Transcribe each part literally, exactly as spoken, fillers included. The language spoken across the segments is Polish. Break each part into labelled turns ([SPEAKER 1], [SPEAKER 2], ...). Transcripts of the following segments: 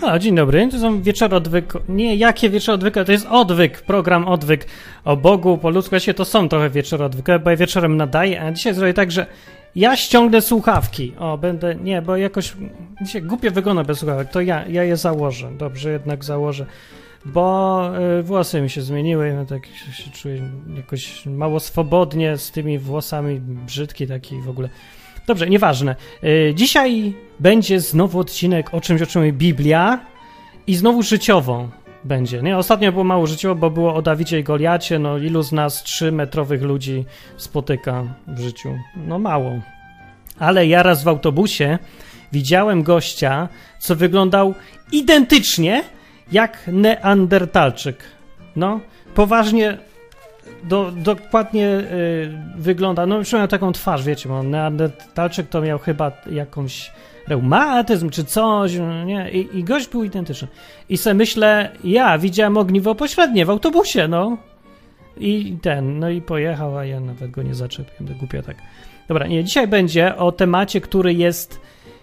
[SPEAKER 1] O, dzień dobry, to są wieczory odwyk. Nie, jakie wieczory odwyk? To jest odwyk, program odwyk o Bogu, po ludzku. Właściwie to są trochę wieczory odwykowe, bo ja wieczorem nadaję, a dzisiaj zrobię tak, że ja ściągnę słuchawki. O, będę, nie, bo jakoś dzisiaj głupio wygląda bez słuchawek, to ja, ja je założę. Dobrze, jednak założę, bo y, włosy mi się zmieniły, ja tak się czuję jakoś mało swobodnie z tymi włosami, brzydki taki w ogóle. Dobrze, nieważne. Yy, dzisiaj będzie znowu odcinek o czymś, o czym mówi Biblia i znowu życiową będzie. Nie? Ostatnio było mało życiowo, bo było o Dawidzie i Goliacie. No ilu z nas trzymetrowych ludzi spotyka w życiu? No mało. Ale ja raz w autobusie widziałem gościa, co wyglądał identycznie jak Neandertalczyk. No, poważnie... Do, dokładnie y, wygląda, no już miał taką twarz, wiecie, bo Neandertalczyk to miał chyba jakąś reumatyzm czy coś, nie? I, i gość był identyczny. I se myślę, ja widziałem ogniwo pośrednie w autobusie, no. I ten, no i pojechał, a ja nawet go nie zaczepiłem, to głupio tak. Dobra, nie, dzisiaj będzie o temacie, który jest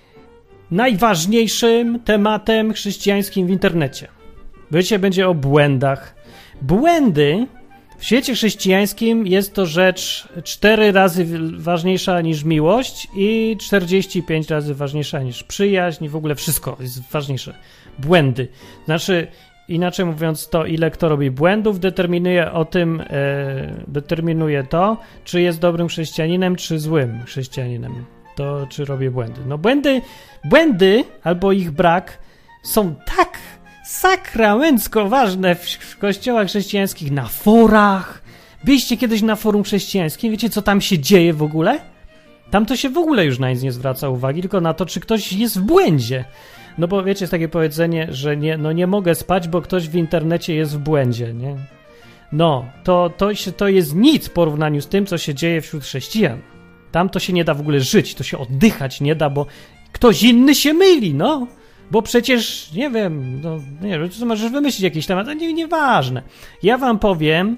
[SPEAKER 1] najważniejszym tematem chrześcijańskim w internecie. Dzisiaj będzie o błędach. Błędy... W świecie chrześcijańskim jest to rzecz cztery razy ważniejsza niż miłość i czterdzieści pięć razy ważniejsza niż przyjaźń i w ogóle wszystko jest ważniejsze. Błędy. Znaczy, inaczej mówiąc, to ile kto robi błędów determinuje o tym, e, determinuje to, czy jest dobrym chrześcijaninem, czy złym chrześcijaninem. To, czy robi błędy. No błędy, błędy albo ich brak są tak sakramencko ważne w kościołach chrześcijańskich, na forach. Byliście kiedyś na forum chrześcijańskim? Wiecie, co tam się dzieje w ogóle? Tam to się w ogóle już na nic nie zwraca uwagi, tylko na to, czy ktoś jest w błędzie. No bo wiecie, jest takie powiedzenie, że nie, no nie mogę spać, bo ktoś w internecie jest w błędzie, nie? No, to, to, się, to jest nic w porównaniu z tym, co się dzieje wśród chrześcijan. Tam to się nie da w ogóle żyć, to się oddychać nie da, bo ktoś inny się myli, no. Bo przecież, nie wiem, no, nie wiem, co możesz wymyślić jakiś temat, to nie, nieważne. Ja wam powiem,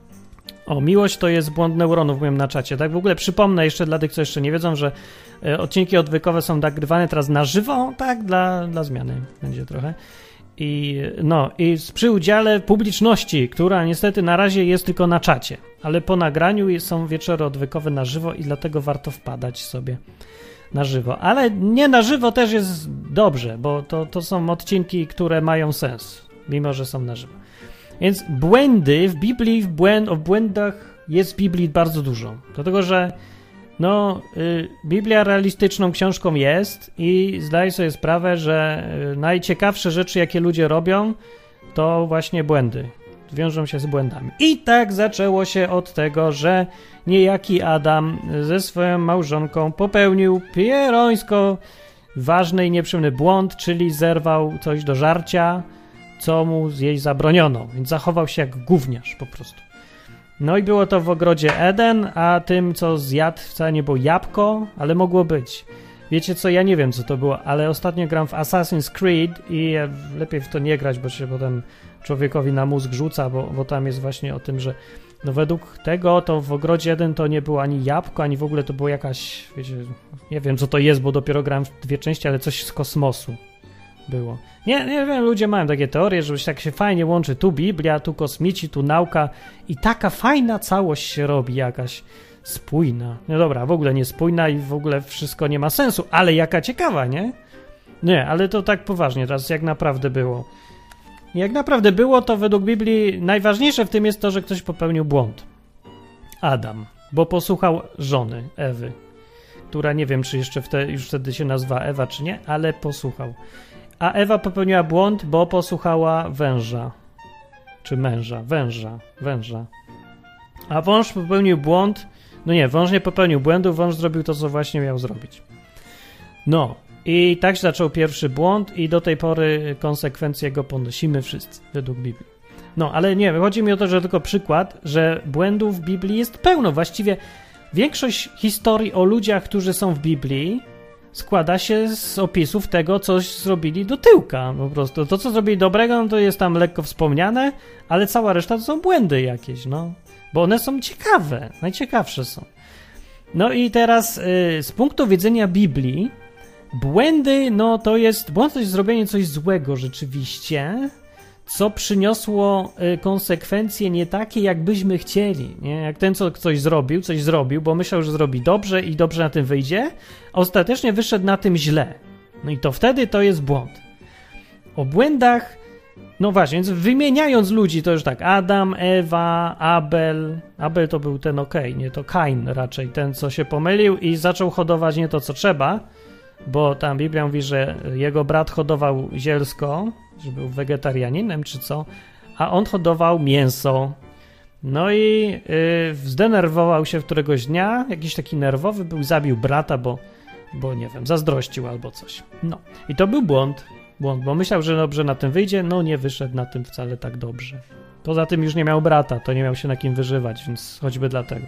[SPEAKER 1] o, miłość to jest błąd neuronów, mówiłem na czacie, tak? W ogóle przypomnę jeszcze dla tych, co jeszcze nie wiedzą, że e, odcinki odwykowe są nagrywane teraz na żywo, tak? Dla, dla zmiany będzie trochę. I no, i przy udziale publiczności, która niestety na razie jest tylko na czacie, ale po nagraniu są wieczory odwykowe na żywo i dlatego warto wpadać sobie na żywo, ale nie na żywo też jest dobrze, bo to, to są odcinki, które mają sens, mimo że są na żywo. Więc błędy w Biblii, w błęd, o błędach jest w Biblii bardzo dużo, dlatego że no, y, Biblia realistyczną książką jest i zdaję sobie sprawę, że y, najciekawsze rzeczy, jakie ludzie robią, to właśnie błędy. Wiążą się z błędami. I tak zaczęło się od tego, że niejaki Adam ze swoją małżonką popełnił pierońsko ważny i nieprzyjemny błąd, czyli zerwał coś do żarcia, co mu jej zabroniono, więc zachował się jak gówniarz po prostu. No i było to w ogrodzie Eden, a tym, co zjadł, wcale nie było jabłko, ale mogło być. Wiecie co, ja nie wiem, co to było, ale ostatnio gram w Assassin's Creed i lepiej w to nie grać, bo się potem człowiekowi na mózg rzuca, bo, bo tam jest właśnie o tym, że no według tego to w ogrodzie jeden to nie było ani jabłko, ani w ogóle to było jakaś, wiecie, nie wiem co to jest, bo dopiero grałem w dwie części, ale coś z kosmosu było. Nie, nie wiem, ludzie mają takie teorie, że się tak się fajnie łączy, tu Biblia, tu kosmici, tu nauka i taka fajna całość się robi jakaś spójna. No dobra, w ogóle nie spójna i w ogóle wszystko nie ma sensu, ale jaka ciekawa, nie? Nie, ale to tak poważnie teraz, jak naprawdę było. Jak naprawdę było, to według Biblii najważniejsze w tym jest to, że ktoś popełnił błąd. Adam, bo posłuchał żony Ewy, która nie wiem, czy jeszcze wtedy, już wtedy się nazywa Ewa, czy nie, ale posłuchał. A Ewa popełniła błąd, bo posłuchała węża. Czy męża, węża, węża. A wąż popełnił błąd, no nie, wąż nie popełnił błędu, wąż zrobił to, co właśnie miał zrobić. No, i tak się zaczął pierwszy błąd i do tej pory konsekwencje go ponosimy wszyscy, według Biblii. No, ale nie, chodzi mi o to, że tylko przykład, że błędów w Biblii jest pełno. Właściwie większość historii o ludziach, którzy są w Biblii, składa się z opisów tego, co zrobili do tyłka. Po prostu to, co zrobili dobrego, no to jest tam lekko wspomniane, ale cała reszta to są błędy jakieś, no. Bo one są ciekawe, najciekawsze są. No i teraz y, z punktu widzenia Biblii błędy, no to jest, błąd to jest zrobienie coś złego rzeczywiście, co przyniosło y, konsekwencje nie takie, jakbyśmy chcieli, nie? Jak ten, co coś zrobił, coś zrobił, bo myślał, że zrobi dobrze i dobrze na tym wyjdzie, a ostatecznie wyszedł na tym źle. No i to wtedy to jest błąd. O błędach, no właśnie, więc wymieniając ludzi, to już tak, Adam, Ewa, Abel, Abel to był ten okej, okay, nie, to Kain raczej, ten, co się pomylił i zaczął hodować nie to, co trzeba, bo tam Biblia mówi, że jego brat hodował zielsko, że był wegetarianinem czy co, a on hodował mięso. No i yy, zdenerwował się któregoś dnia, jakiś taki nerwowy był, zabił brata, bo, bo nie wiem, zazdrościł albo coś. No i to był błąd, błąd, bo myślał, że dobrze na tym wyjdzie, no nie wyszedł na tym wcale tak dobrze. Poza tym już nie miał brata, to nie miał się na kim wyżywać, więc choćby dlatego.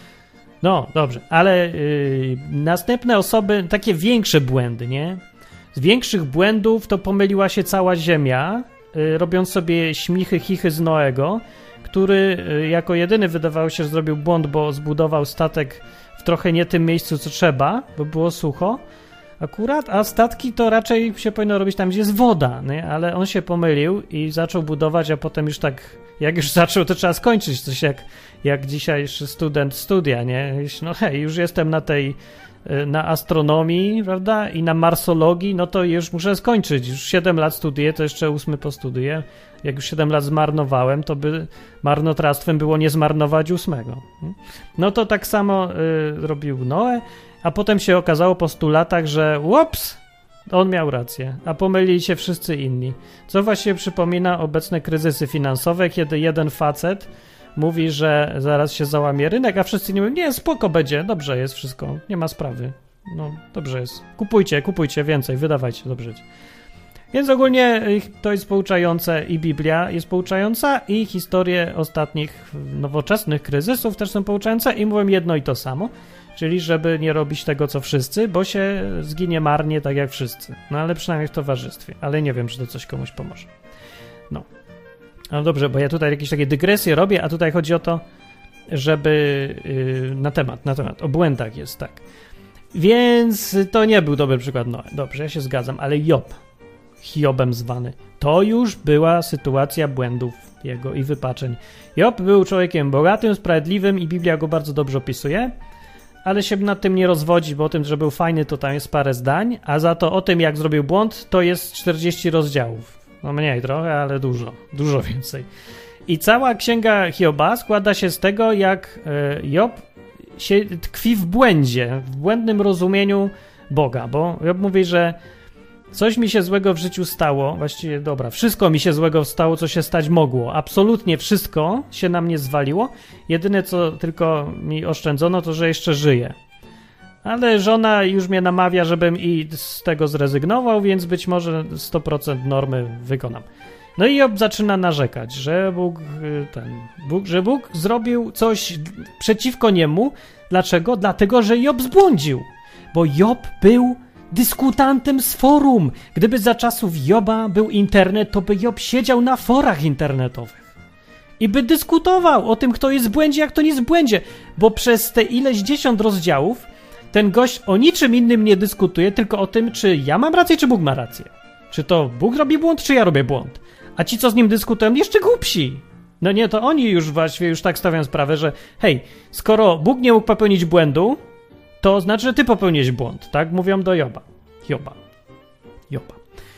[SPEAKER 1] No, dobrze, ale yy, następne osoby, takie większe błędy, nie? Z większych błędów to pomyliła się cała ziemia, yy, robiąc sobie śmichy, chichy z Noego, który yy, jako jedyny wydawało się, że zrobił błąd, bo zbudował statek w trochę nie tym miejscu, co trzeba, bo było sucho akurat, a statki to raczej się powinno robić tam, gdzie jest woda, nie? Ale on się pomylił i zaczął budować, a potem już tak, jak już zaczął, to trzeba skończyć, coś jak, jak dzisiejszy student studia, nie? No hej, już jestem na tej, na astronomii, prawda, i na marsologii, no to już muszę skończyć, już siedem lat studiuję, to jeszcze ósmy postudiuję, jak już siedem lat zmarnowałem, to by marnotrawstwem było nie zmarnować ósmego. No to tak samo y, robił Noe, a potem się okazało po stu latach, że ups, on miał rację, a pomylili się wszyscy inni. Co właściwie przypomina obecne kryzysy finansowe, kiedy jeden facet mówi, że zaraz się załamie rynek, a wszyscy nie mówią, nie, spoko będzie, dobrze jest wszystko, nie ma sprawy. No, dobrze jest. Kupujcie, kupujcie więcej, wydawajcie, dobrze. Więc ogólnie to jest pouczające i Biblia jest pouczająca i historie ostatnich nowoczesnych kryzysów też są pouczające i mówią jedno i to samo, czyli żeby nie robić tego, co wszyscy, bo się zginie marnie tak jak wszyscy. No ale przynajmniej w towarzystwie, ale nie wiem, czy to coś komuś pomoże. No. No dobrze, bo ja tutaj jakieś takie dygresje robię, a tutaj chodzi o to, żeby yy, na temat, na temat, o błędach jest, tak. Więc to nie był dobry przykład Noe. Dobrze, ja się zgadzam, ale Job, Hiobem zwany, to już była sytuacja błędów jego i wypaczeń. Job był człowiekiem bogatym, sprawiedliwym i Biblia go bardzo dobrze opisuje, ale się nad tym nie rozwodzi, bo o tym, że był fajny, to tam jest parę zdań, a za to o tym, jak zrobił błąd, to jest czterdzieści rozdziałów. No mniej trochę, ale dużo, dużo więcej. I cała księga Hioba składa się z tego, jak Job się tkwi w błędzie, w błędnym rozumieniu Boga, bo Job mówi, że coś mi się złego w życiu stało, właściwie dobra, wszystko mi się złego stało, co się stać mogło, absolutnie wszystko się na mnie zwaliło, jedyne co tylko mi oszczędzono, to że jeszcze żyję. Ale żona już mnie namawia, żebym i z tego zrezygnował, więc być może sto procent normy wykonam. No i Job zaczyna narzekać, że Bóg, ten, Bóg, że Bóg zrobił coś przeciwko niemu. Dlaczego? Dlatego, że Job zbłądził. Bo Job był dyskutantem z forum. Gdyby za czasów Joba był internet, to by Job siedział na forach internetowych. I by dyskutował o tym, kto jest w błędzie, jak to nie jest w błędzie. Bo przez te ileś dziesiąt rozdziałów ten gość o niczym innym nie dyskutuje, tylko o tym, czy ja mam rację, czy Bóg ma rację. Czy to Bóg robi błąd, czy ja robię błąd. A ci, co z nim dyskutują, jeszcze głupsi. No nie, to oni już właściwie już tak stawiają sprawę, że hej, skoro Bóg nie mógł popełnić błędu, to znaczy, że ty popełniłeś błąd. Tak mówią do Joba. Joba. Joba.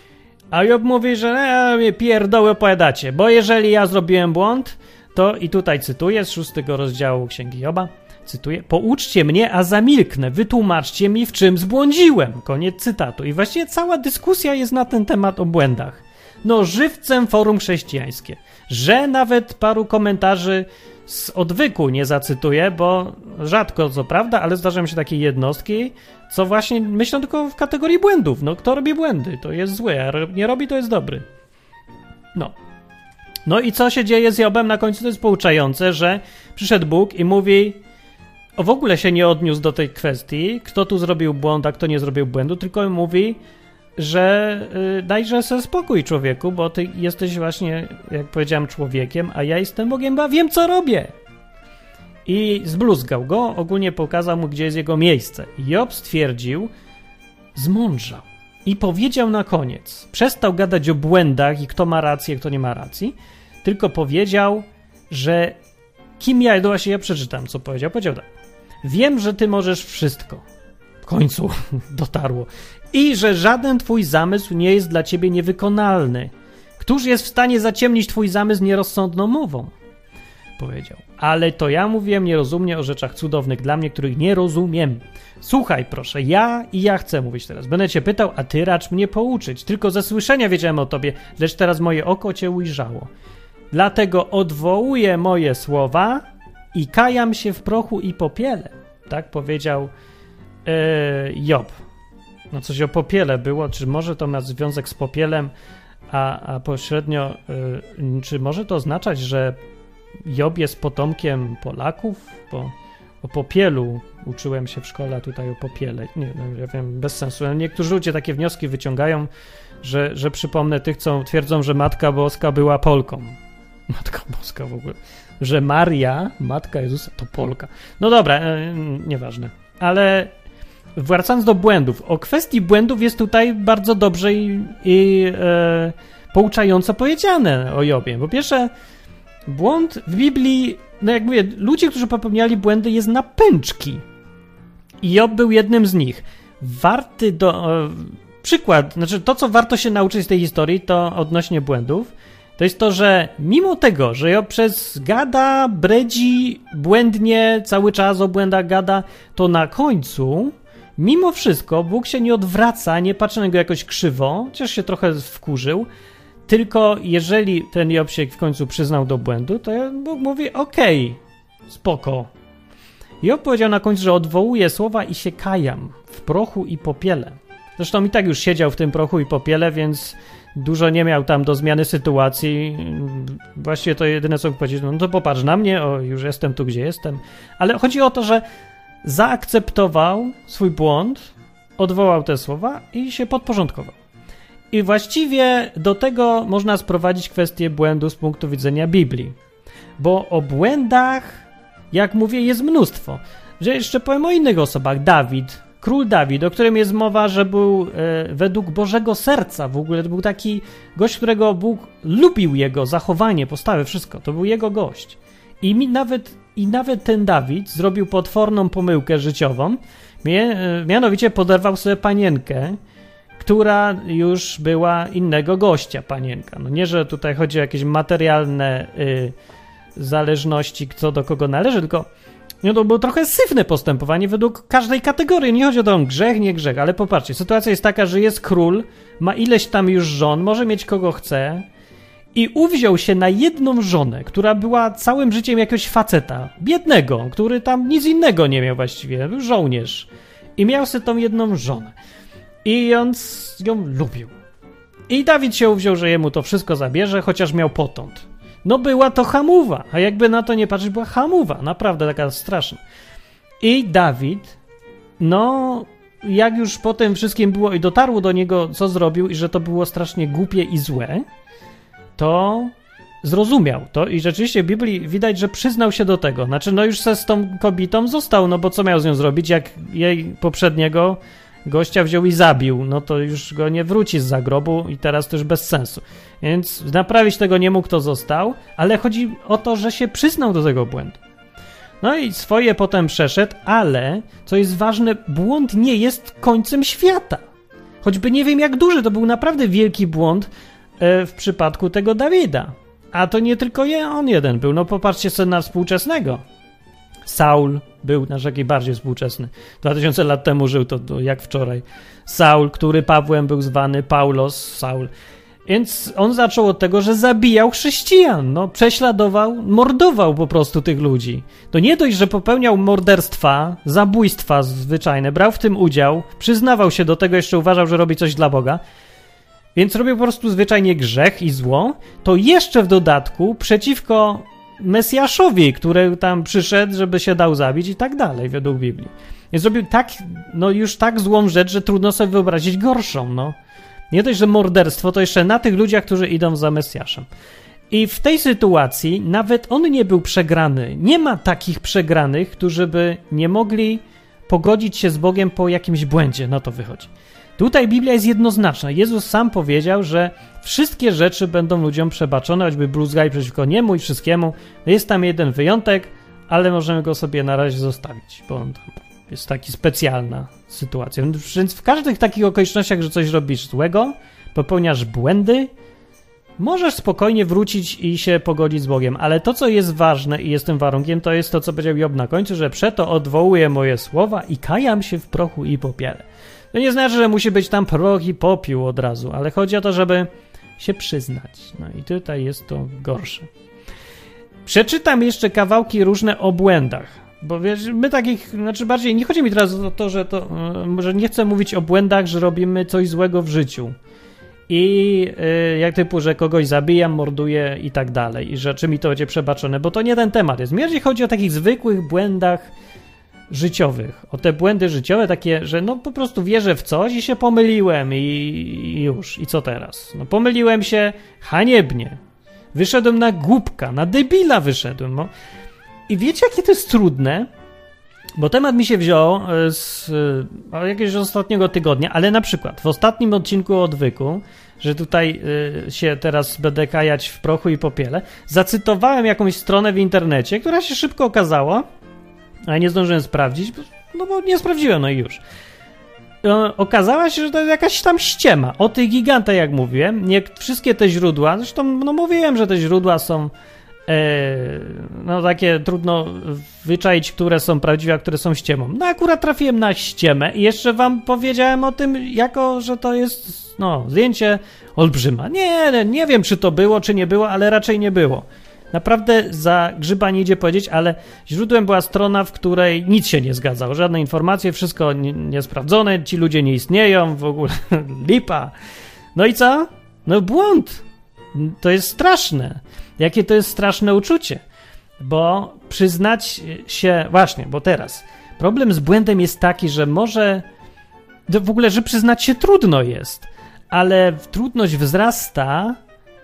[SPEAKER 1] A Job mówi, że e, mnie pierdoły opowiadacie, bo jeżeli ja zrobiłem błąd, to i tutaj cytuję z szóstego rozdziału Księgi Joba, cytuję, pouczcie mnie, a zamilknę, wytłumaczcie mi, w czym zbłądziłem. Koniec cytatu. I właściwie cała dyskusja jest na ten temat o błędach. No żywcem forum chrześcijańskie. Że nawet paru komentarzy z odwyku nie zacytuję, bo rzadko co prawda, ale zdarzają się takie jednostki, co właśnie myślą tylko w kategorii błędów. No kto robi błędy, to jest zły, a nie robi, to jest dobry. No. No i co się dzieje z Jobem? Na końcu to jest pouczające, że przyszedł Bóg i mówi, o w ogóle się nie odniósł do tej kwestii, kto tu zrobił błąd, a kto nie zrobił błędu, tylko mówi, że yy, dajże sobie spokój, człowieku, bo ty jesteś właśnie, jak powiedziałem, człowiekiem, a ja jestem Bogiem, bo wiem, co robię. I zbluzgał go, ogólnie pokazał mu, gdzie jest jego miejsce. Job stwierdził, zmądrzał i powiedział na koniec, przestał gadać o błędach i kto ma rację, kto nie ma racji, tylko powiedział, że kim ja, no właśnie ja przeczytam, co powiedział. Powiedział tak, wiem, że ty możesz wszystko. W końcu dotarło. I że żaden twój zamysł nie jest dla ciebie niewykonalny. Któż jest w stanie zaciemnić twój zamysł nierozsądną mową? Powiedział. Ale to ja mówiłem nierozumnie o rzeczach cudownych dla mnie, których nie rozumiem. Słuchaj, proszę, ja i ja chcę mówić teraz. Będę cię pytał, a ty racz mnie pouczyć. Tylko ze słyszenia wiedziałem o tobie, lecz teraz moje oko cię ujrzało. Dlatego odwołuję moje słowa i kajam się w prochu i popiele. Tak powiedział yy, Job. No coś o popiele było, czy może to ma związek z popielem, a, a pośrednio, yy, czy może to oznaczać, że Job jest potomkiem Polaków? Bo o popielu uczyłem się w szkole, a tutaj o popiele. Nie, no, ja wiem, bez sensu. Ale niektórzy ludzie takie wnioski wyciągają, że, że przypomnę tych, co twierdzą, że Matka Boska była Polką. Matka Boska w ogóle. Że Maria, Matka Jezusa, to Polka. No dobra, e, nieważne. Ale wracając do błędów. O kwestii błędów jest tutaj bardzo dobrze i, i e, pouczająco powiedziane o Jobie. Po pierwsze, błąd w Biblii, no jak mówię, ludzie, którzy popełniali błędy, jest na pęczki. I Job był jednym z nich. Warty do... E, przykład, znaczy to, co warto się nauczyć z tej historii, to odnośnie błędów, to jest to, że mimo tego, że Job przez gada, bredzi, błędnie, cały czas o błędach gada, to na końcu, mimo wszystko, Bóg się nie odwraca, nie patrzy na niego jakoś krzywo, chociaż się trochę wkurzył, tylko jeżeli ten Job się w końcu przyznał do błędu, to Bóg mówi, okej, okay, spoko. Job powiedział na końcu, że odwołuje słowa i się kajam w prochu i popiele. Zresztą i tak już siedział w tym prochu i popiele, więc dużo nie miał tam do zmiany sytuacji. Właściwie to jedyne, co mógł powiedzieć, no to popatrz na mnie, o, już jestem tu, gdzie jestem. Ale chodzi o to, że zaakceptował swój błąd, odwołał te słowa i się podporządkował. I właściwie do tego można sprowadzić kwestię błędu z punktu widzenia Biblii. Bo o błędach, jak mówię, jest mnóstwo. Że jeszcze powiem o innych osobach. Dawid, król Dawid, o którym jest mowa, że był e, według Bożego serca w ogóle, to był taki gość, którego Bóg lubił, jego zachowanie, postawę, wszystko. To był jego gość. I, mi nawet, i nawet ten Dawid zrobił potworną pomyłkę życiową, mie, e, mianowicie poderwał sobie panienkę, która już była innego gościa, panienka. No nie, że tutaj chodzi o jakieś materialne y, zależności, co do kogo należy, tylko no to było trochę syfne postępowanie według każdej kategorii. Nie chodzi o to grzech, nie grzech, ale popatrzcie, sytuacja jest taka, że jest król, ma ileś tam już żon, może mieć kogo chce i uwziął się na jedną żonę, która była całym życiem jakiegoś faceta, biednego, który tam nic innego nie miał właściwie, był żołnierz i miał sobie tą jedną żonę. I on ją lubił. I Dawid się uwziął, że jemu to wszystko zabierze, chociaż miał potąd. No była to hamuwa, a jakby na to nie patrzeć, była hamuwa, naprawdę taka straszna. I Dawid, no jak już po tym wszystkim było i dotarło do niego, co zrobił i że to było strasznie głupie i złe, to zrozumiał to i rzeczywiście w Biblii widać, że przyznał się do tego. Znaczy, no już se z tą kobietą został, no bo co miał z nią zrobić, jak jej poprzedniego gościa wziął i zabił, no to już go nie wróci z zagrobu i teraz to już bez sensu. Więc naprawić tego nie mógł, to został, ale chodzi o to, że się przyznał do tego błędu. No i swoje potem przeszedł, ale, co jest ważne, błąd nie jest końcem świata. Choćby nie wiem jak duży, to był naprawdę wielki błąd e, w przypadku tego Dawida. A to nie tylko je, on jeden był, no popatrzcie sobie na współczesnego. Saul był nasz jakiś bardziej współczesny. Dwa tysiące lat temu żył, to, to jak wczoraj. Saul, który Pawłem był zwany, Paulos, Saul. Więc on zaczął od tego, że zabijał chrześcijan, no, prześladował, mordował po prostu tych ludzi. To nie dość, że popełniał morderstwa, zabójstwa zwyczajne, brał w tym udział, przyznawał się do tego, jeszcze uważał, że robi coś dla Boga, więc robił po prostu zwyczajnie grzech i zło, to jeszcze w dodatku przeciwko Mesjaszowi, który tam przyszedł, żeby się dał zabić i tak dalej, według Biblii. Więc zrobił tak, no już tak złą rzecz, że trudno sobie wyobrazić gorszą, no. Nie dość, że morderstwo, to jeszcze na tych ludziach, którzy idą za Mesjaszem. I w tej sytuacji nawet on nie był przegrany. Nie ma takich przegranych, którzy by nie mogli pogodzić się z Bogiem po jakimś błędzie. No to wychodzi. Tutaj Biblia jest jednoznaczna. Jezus sam powiedział, że wszystkie rzeczy będą ludziom przebaczone, choćby bluzgali przeciwko niemu i wszystkiemu. Jest tam jeden wyjątek, ale możemy go sobie na razie zostawić, bo on tam jest taki specjalna sytuacja. Więc w każdych takich okolicznościach, że coś robisz złego, popełniasz błędy, możesz spokojnie wrócić i się pogodzić z Bogiem, ale to, co jest ważne i jest tym warunkiem, to jest to, co powiedział Job na końcu, że przeto odwołuję moje słowa i kajam się w prochu i popiele. To nie znaczy, że musi być tam proch i popiół od razu, ale chodzi o to, żeby się przyznać. No i tutaj jest to gorsze. Przeczytam jeszcze kawałki różne o błędach, bo wiesz, my takich, znaczy bardziej, nie chodzi mi teraz o to, że to, że nie chcę mówić o błędach, że robimy coś złego w życiu. I y, jak typu, że kogoś zabijam, morduję i tak dalej, i że czy mi to będzie przebaczone, bo to nie ten temat jest. Mnie chodzi o takich zwykłych błędach życiowych, o te błędy życiowe takie, że no po prostu wierzę w coś i się pomyliłem i, i już, i co teraz? No pomyliłem się haniebnie, wyszedłem na głupka, na debila wyszedłem, no. I wiecie, jakie to jest trudne? Bo temat mi się wziął z e, jakiegoś ostatniego tygodnia, ale na przykład w ostatnim odcinku o odwyku, że tutaj e, się teraz będę kajać w prochu i popiele, zacytowałem jakąś stronę w internecie, która się szybko okazała, ale nie zdążyłem sprawdzić, bo, no bo nie sprawdziłem, no i już. E, okazała się, że to jest jakaś tam ściema. O tych gigantach, jak mówiłem, nie wszystkie te źródła, zresztą no mówiłem, że te źródła są no takie trudno wyczaić, które są prawdziwe, a które są ściemą. No akurat trafiłem na ściemę i jeszcze wam powiedziałem o tym, jako, że to jest no zdjęcie olbrzyma. Nie, nie wiem, czy to było, czy nie było, ale raczej nie było. Naprawdę za grzyba nie idzie powiedzieć, ale źródłem była strona, w której nic się nie zgadzało. Żadne informacje, wszystko niesprawdzone, ci ludzie nie istnieją, w ogóle lipa. No i co? No błąd. To jest straszne. Jakie to jest straszne uczucie. Bo przyznać się... Właśnie, bo teraz problem z błędem jest taki, że może... W ogóle, że przyznać się trudno jest. Ale trudność wzrasta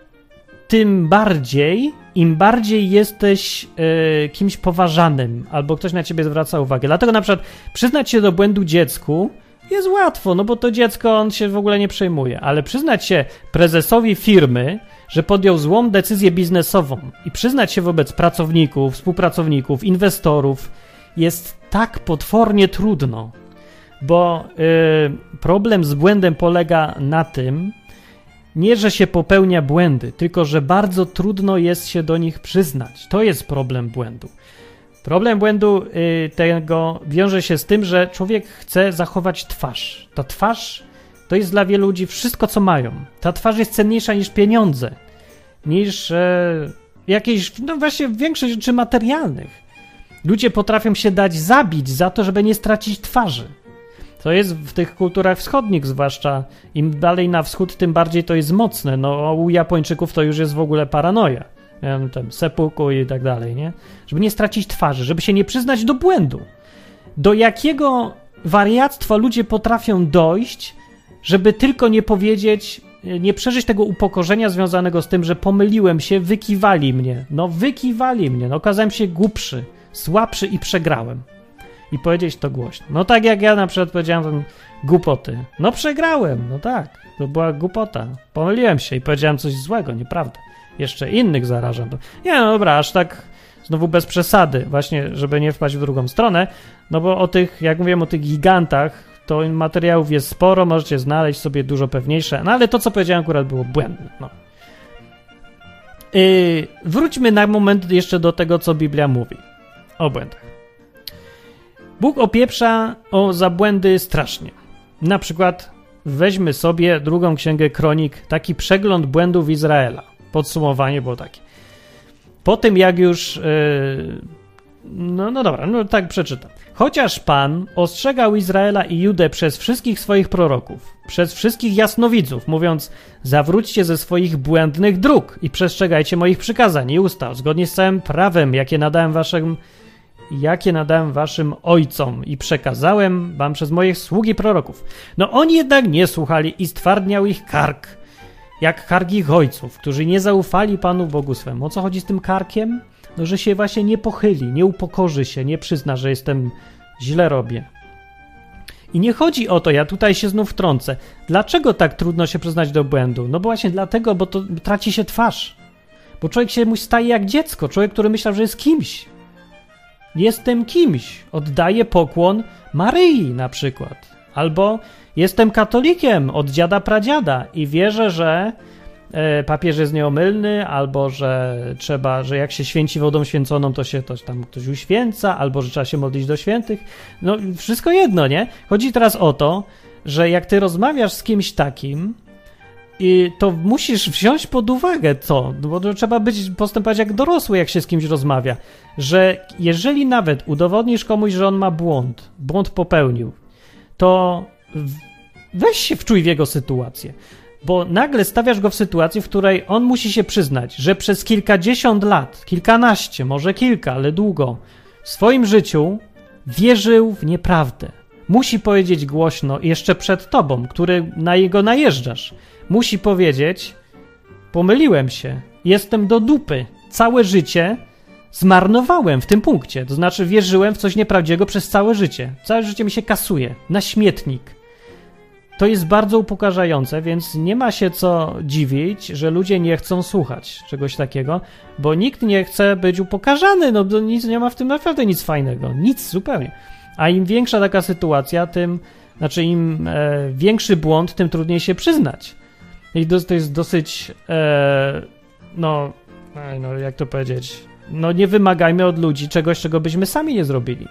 [SPEAKER 1] tym bardziej, im bardziej jesteś yy, kimś poważanym, albo ktoś na ciebie zwraca uwagę. Dlatego na przykład przyznać się do błędu dziecku jest łatwo, no bo to dziecko, on się w ogóle nie przejmuje. Ale przyznać się prezesowi firmy, że podjął złą decyzję biznesową i przyznać się wobec pracowników, współpracowników, inwestorów jest tak potwornie trudno, bo yy, problem z błędem polega na tym, nie, że się popełnia błędy, tylko że bardzo trudno jest się do nich przyznać. To jest problem błędu. Problem błędu yy, tego wiąże się z tym, że człowiek chce zachować twarz. Ta twarz to jest dla wielu ludzi wszystko, co mają. Ta twarz jest cenniejsza niż pieniądze, niż e, jakieś, no właśnie większość rzeczy materialnych. Ludzie potrafią się dać zabić za to, żeby nie stracić twarzy. To jest w tych kulturach wschodnich zwłaszcza, im dalej na wschód, tym bardziej to jest mocne. No u Japończyków to już jest w ogóle paranoja. Tam seppuku i tak dalej, nie? Żeby nie stracić twarzy, żeby się nie przyznać do błędu. Do jakiego wariactwa ludzie potrafią dojść, żeby tylko nie powiedzieć, nie przeżyć tego upokorzenia związanego z tym, że pomyliłem się, wykiwali mnie. No wykiwali mnie, no okazałem się głupszy, słabszy i przegrałem. I powiedzieć to głośno. No tak jak ja na przykład powiedziałem głupoty. No przegrałem, no tak, to była głupota. Pomyliłem się i powiedziałem coś złego, nieprawda. Jeszcze innych zarażam. Nie, no dobra, aż tak znowu bez przesady, właśnie, żeby nie wpaść w drugą stronę, no bo o tych, jak mówiłem o tych gigantach, to materiałów jest sporo, możecie znaleźć sobie dużo pewniejsze, no ale to, co powiedziałem, akurat było błędne. No. Yy, wróćmy na moment jeszcze do tego, co Biblia mówi o błędach. Bóg opieprza o za błędy strasznie. Na przykład weźmy sobie drugą księgę Kronik, taki przegląd błędów Izraela. Podsumowanie było takie. Po tym, jak już... Yy, no, no dobra, no tak przeczytam. Chociaż Pan ostrzegał Izraela i Judę przez wszystkich swoich proroków, przez wszystkich jasnowidzów, mówiąc: zawróćcie ze swoich błędnych dróg i przestrzegajcie moich przykazań i ustaw, zgodnie z całym prawem, jakie nadałem waszym, jakie nadałem waszym ojcom i przekazałem wam przez moich sługi proroków. No oni jednak nie słuchali i stwardniał ich kark, jak kark ich ojców, którzy nie zaufali Panu Bogu swemu. O co chodzi z tym karkiem? No, że się właśnie nie pochyli, nie upokorzy się, nie przyzna, że jestem, źle robię. I nie chodzi o to, ja tutaj się znów wtrącę. Dlaczego tak trudno się przyznać do błędu? No bo właśnie dlatego, bo to traci się twarz. Bo człowiek się mu staje jak dziecko, człowiek, który myślał, że jest kimś. Jestem kimś. Oddaję pokłon Maryi na przykład. Albo jestem katolikiem od dziada pradziada i wierzę, że e, papież jest nieomylny, albo że trzeba, że jak się święci wodą święconą, to się to tam ktoś uświęca, albo że trzeba się modlić do świętych. No wszystko jedno, nie? Chodzi teraz o to, że jak ty rozmawiasz z kimś takim, i to musisz wziąć pod uwagę to, bo to trzeba być, postępować jak dorosły, jak się z kimś rozmawia, że jeżeli nawet udowodnisz komuś, że on ma błąd, błąd popełnił, to weź się wczuj w jego sytuację, bo nagle stawiasz go w sytuacji, w której on musi się przyznać, że przez kilkadziesiąt lat, kilkanaście, może kilka, ale długo, w swoim życiu wierzył w nieprawdę. Musi powiedzieć głośno, jeszcze przed tobą, który na jego najeżdżasz, musi powiedzieć, pomyliłem się, jestem do dupy, całe życie zmarnowałem w tym punkcie, to znaczy wierzyłem w coś nieprawdziwego przez całe życie, całe życie mi się kasuje, na śmietnik. To jest bardzo upokarzające, więc nie ma się co dziwić, że ludzie nie chcą słuchać czegoś takiego, bo nikt nie chce być upokarzany, no to nic, nie ma w tym naprawdę nic fajnego, nic zupełnie. A im większa taka sytuacja, tym, znaczy im e, większy błąd, tym trudniej się przyznać. I to, to jest dosyć, e, no, no, jak to powiedzieć, no nie wymagajmy od ludzi czegoś, czego byśmy sami nie zrobili.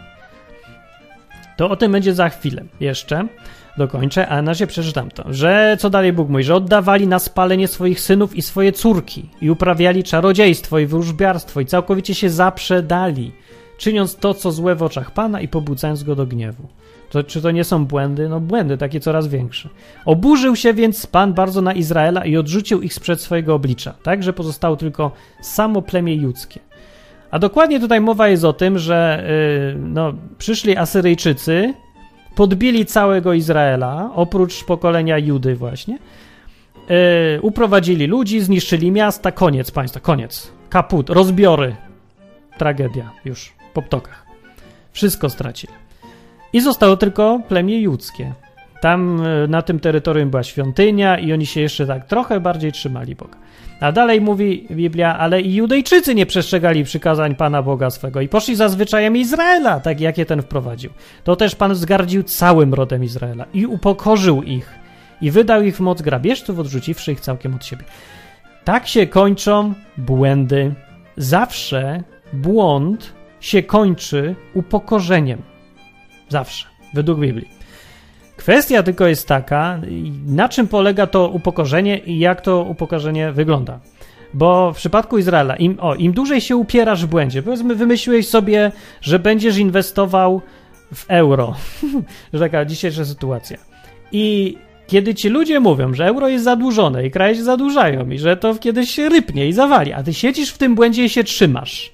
[SPEAKER 1] To o tym będzie za chwilę jeszcze. Dokończę, a na razie przeczytam to, że co dalej Bóg mówi, że oddawali na spalenie swoich synów i swoje córki i uprawiali czarodziejstwo i wróżbiarstwo i całkowicie się zaprzedali, czyniąc to, co złe w oczach Pana i pobudzając go do gniewu. To, czy to nie są błędy? No błędy, takie coraz większe. Oburzył się więc Pan bardzo na Izraela i odrzucił ich sprzed swojego oblicza, tak, że pozostało tylko samo plemię judzkie. A dokładnie tutaj mowa jest o tym, że yy, no, przyszli Asyryjczycy, podbili całego Izraela, oprócz pokolenia Judy właśnie, yy, uprowadzili ludzi, zniszczyli miasta, koniec państwa, koniec, kaput, rozbiory, tragedia już po ptokach. Wszystko stracili. I zostało tylko plemię judzkie. Tam yy, na tym terytorium była świątynia i oni się jeszcze tak trochę bardziej trzymali Boga. A dalej mówi Biblia, ale i Judejczycy nie przestrzegali przykazań Pana Boga swego i poszli za zwyczajami Izraela, tak jakie ten wprowadził. To też Pan wzgardził całym rodem Izraela i upokorzył ich i wydał ich w moc grabieżców, odrzuciwszy ich całkiem od siebie. Tak się kończą błędy. Zawsze błąd się kończy upokorzeniem. Zawsze, według Biblii. Kwestia tylko jest taka, na czym polega to upokorzenie i jak to upokorzenie wygląda. Bo w przypadku Izraela, im, o, im dłużej się upierasz w błędzie, powiedzmy wymyśliłeś sobie, że będziesz inwestował w euro, że taka dzisiejsza sytuacja. I kiedy ci ludzie mówią, że euro jest zadłużone i kraje się zadłużają i że to kiedyś się rypnie i zawali, a ty siedzisz w tym błędzie i się trzymasz.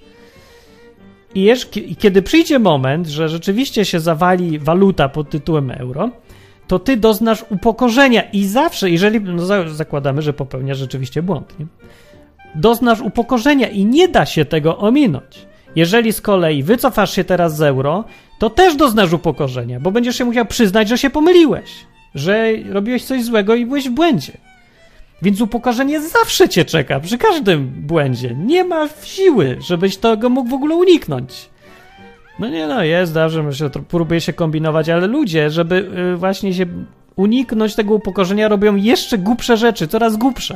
[SPEAKER 1] I, jesz, I kiedy przyjdzie moment, że rzeczywiście się zawali waluta pod tytułem euro, to ty doznasz upokorzenia i zawsze, jeżeli no zakładamy, że popełniasz rzeczywiście błąd, nie? Doznasz upokorzenia i nie da się tego ominąć. Jeżeli z kolei wycofasz się teraz z euro, to też doznasz upokorzenia, bo będziesz się musiał przyznać, że się pomyliłeś, że robiłeś coś złego i byłeś w błędzie. Więc upokorzenie zawsze cię czeka, przy każdym błędzie. Nie ma siły, żebyś tego mógł w ogóle uniknąć. No nie no, jest, dobrze, się, próbuje się kombinować, ale ludzie, żeby y, właśnie się uniknąć tego upokorzenia, robią jeszcze głupsze rzeczy, coraz głupsze.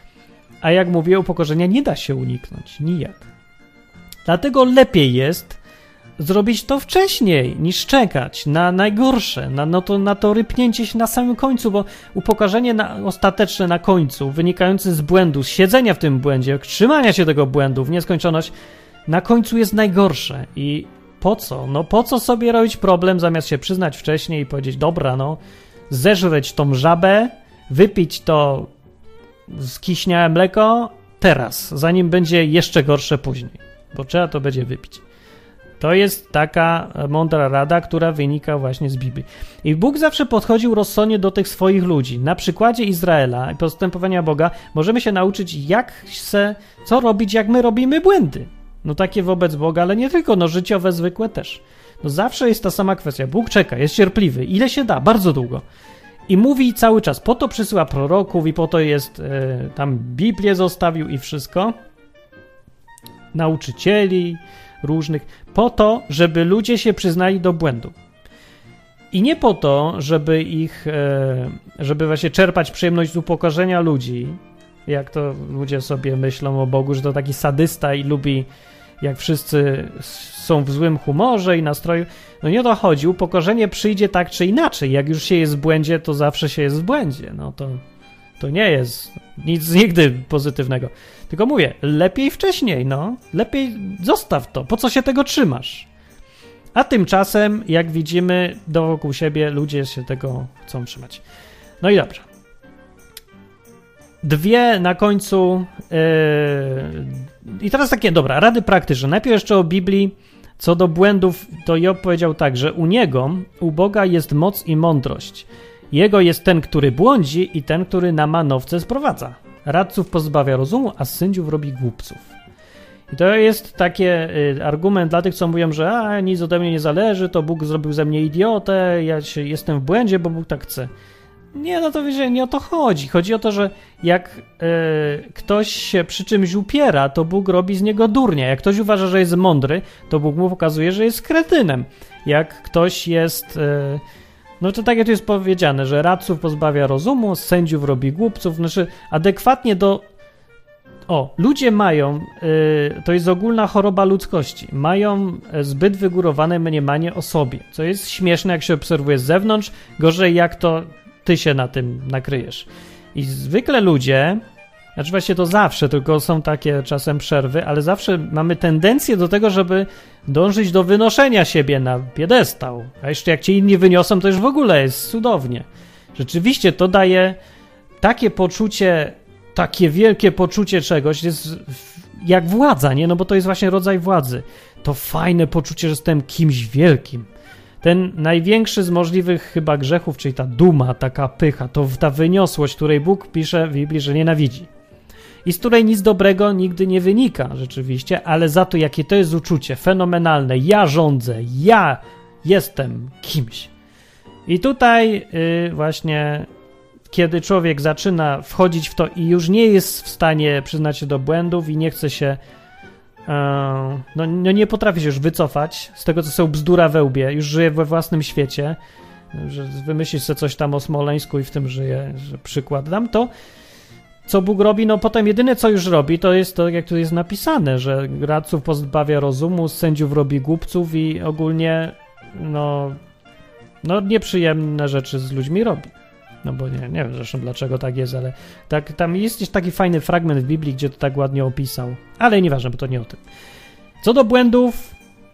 [SPEAKER 1] A jak mówię, upokorzenia nie da się uniknąć, nijak. Dlatego lepiej jest zrobić to wcześniej, niż czekać na najgorsze, na, no to, na to rypnięcie się na samym końcu, bo upokorzenie na, ostateczne na końcu, wynikające z błędu, z siedzenia w tym błędzie, trzymania się tego błędu w nieskończoność, na końcu jest najgorsze. I po co? No po co sobie robić problem, zamiast się przyznać wcześniej i powiedzieć, dobra, no, zeżreć tą żabę, wypić to skiśniałe mleko teraz, zanim będzie jeszcze gorsze później, bo trzeba to będzie wypić. To jest taka mądra rada, która wynika właśnie z Biblii. I Bóg zawsze podchodził rozsądnie do tych swoich ludzi. Na przykładzie Izraela i postępowania Boga możemy się nauczyć, jak se, co robić, jak my robimy błędy. No takie wobec Boga, ale nie tylko, no życiowe, zwykłe też. No zawsze jest ta sama kwestia. Bóg czeka, jest cierpliwy, ile się da, bardzo długo. I mówi cały czas, po to przysyła proroków i po to jest, e, tam Biblię zostawił i wszystko, nauczycieli różnych, po to, żeby ludzie się przyznali do błędu. I nie po to, żeby ich, e, żeby właśnie czerpać przyjemność z upokorzenia ludzi, jak to ludzie sobie myślą o Bogu, że to taki sadysta i lubi, jak wszyscy są w złym humorze i nastroju. No nie o to chodzi. Upokorzenie przyjdzie tak czy inaczej. Jak już się jest w błędzie, to zawsze się jest w błędzie. No to, to nie jest nic nigdy pozytywnego. Tylko mówię, lepiej wcześniej, no. Lepiej zostaw to. Po co się tego trzymasz? A tymczasem, jak widzimy, dookoła siebie ludzie się tego chcą trzymać. No i dobrze. Dwie na końcu. Yy... I teraz takie, dobra, rady praktyczne. Najpierw jeszcze o Biblii. Co do błędów, to Job powiedział tak, że u niego, u Boga jest moc i mądrość. Jego jest ten, który błądzi i ten, który na manowce sprowadza. Radców pozbawia rozumu, a sędziów robi głupców. I to jest taki y, argument dla tych, co mówią, że a, nic ode mnie nie zależy, to Bóg zrobił ze mnie idiotę, ja się, jestem w błędzie, bo Bóg tak chce. Nie, no to wiecie, nie o to chodzi. Chodzi o to, że jak y, ktoś się przy czymś upiera, to Bóg robi z niego durnia. Jak ktoś uważa, że jest mądry, to Bóg mu pokazuje, że jest kretynem. Jak ktoś jest... Y, no to tak jak tu jest powiedziane, że radców pozbawia rozumu, sędziów robi głupców, znaczy adekwatnie do... O, ludzie mają, y, to jest ogólna choroba ludzkości, mają zbyt wygórowane mniemanie o sobie, co jest śmieszne, jak się obserwuje z zewnątrz, gorzej jak to ty się na tym nakryjesz. I zwykle ludzie, znaczy właśnie to zawsze, tylko są takie czasem przerwy, ale zawsze mamy tendencję do tego, żeby dążyć do wynoszenia siebie na piedestał. A jeszcze jak cię inni wyniosą, to już w ogóle jest cudownie. Rzeczywiście to daje takie poczucie, takie wielkie poczucie czegoś, jest jak władza, nie? No bo to jest właśnie rodzaj władzy. To fajne poczucie, że jestem kimś wielkim. Ten największy z możliwych chyba grzechów, czyli ta duma, taka pycha, to ta wyniosłość, której Bóg pisze w Biblii, że nienawidzi. I z której nic dobrego nigdy nie wynika rzeczywiście, ale za to, jakie to jest uczucie fenomenalne. Ja rządzę, ja jestem kimś. I tutaj yy, właśnie, kiedy człowiek zaczyna wchodzić w to i już nie jest w stanie przyznać się do błędów i nie chce się No, no nie potrafi się już wycofać z tego, co są bzdura we łbie, już żyje we własnym świecie, że wymyślić sobie coś tam o Smoleńsku i w tym żyje, że przykład dam, to co Bóg robi, no potem jedyne, co już robi, to jest to, jak tu jest napisane, że radców pozbawia rozumu, sędziów robi głupców i ogólnie no, no nieprzyjemne rzeczy z ludźmi robi. No bo nie, nie wiem zresztą dlaczego tak jest, ale tak, tam jest gdzieś taki fajny fragment w Biblii, gdzie to tak ładnie opisał. Ale nieważne, bo to nie o tym. Co do błędów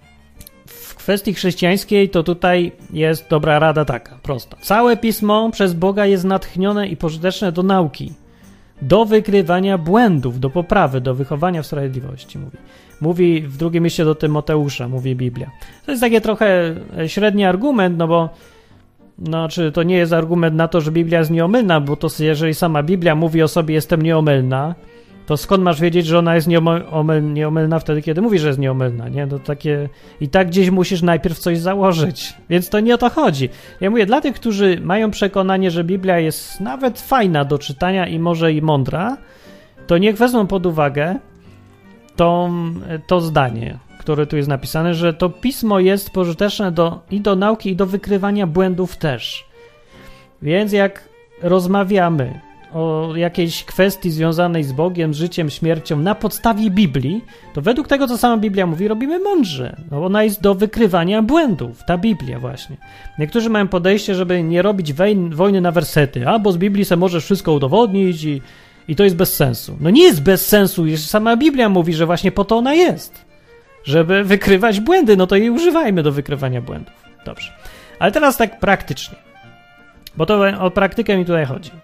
[SPEAKER 1] w kwestii chrześcijańskiej, to tutaj jest dobra rada taka, prosta. Całe Pismo przez Boga jest natchnione i pożyteczne do nauki, do wykrywania błędów, do poprawy, do wychowania w sprawiedliwości, mówi. Mówi w drugim liście do Tymoteusza, mówi Biblia. To jest taki trochę średni argument, no bo No, czy to nie jest argument na to, że Biblia jest nieomylna, bo to jeżeli sama Biblia mówi o sobie, jestem nieomylna, to skąd masz wiedzieć, że ona jest nieomyl, nieomylna wtedy, kiedy mówi, że jest nieomylna, nie? To takie... I tak gdzieś musisz najpierw coś założyć, więc to nie o to chodzi. Ja mówię, dla tych, którzy mają przekonanie, że Biblia jest nawet fajna do czytania i może i mądra, to niech wezmą pod uwagę to, to zdanie, które tu jest napisane, że to pismo jest pożyteczne do, i do nauki, i do wykrywania błędów też. Więc jak rozmawiamy o jakiejś kwestii związanej z Bogiem, życiem, śmiercią na podstawie Biblii, to według tego, co sama Biblia mówi, robimy mądrze. No, ona jest do wykrywania błędów, ta Biblia właśnie. Niektórzy mają podejście, żeby nie robić wojn, wojny na wersety, a bo z Biblii se możesz wszystko udowodnić i, i to jest bez sensu. No nie jest bez sensu, jeśli sama Biblia mówi, że właśnie po to ona jest. Żeby wykrywać błędy, no to jej używajmy do wykrywania błędów. Dobrze. Ale teraz tak praktycznie. Bo to o praktykę mi tutaj chodzi.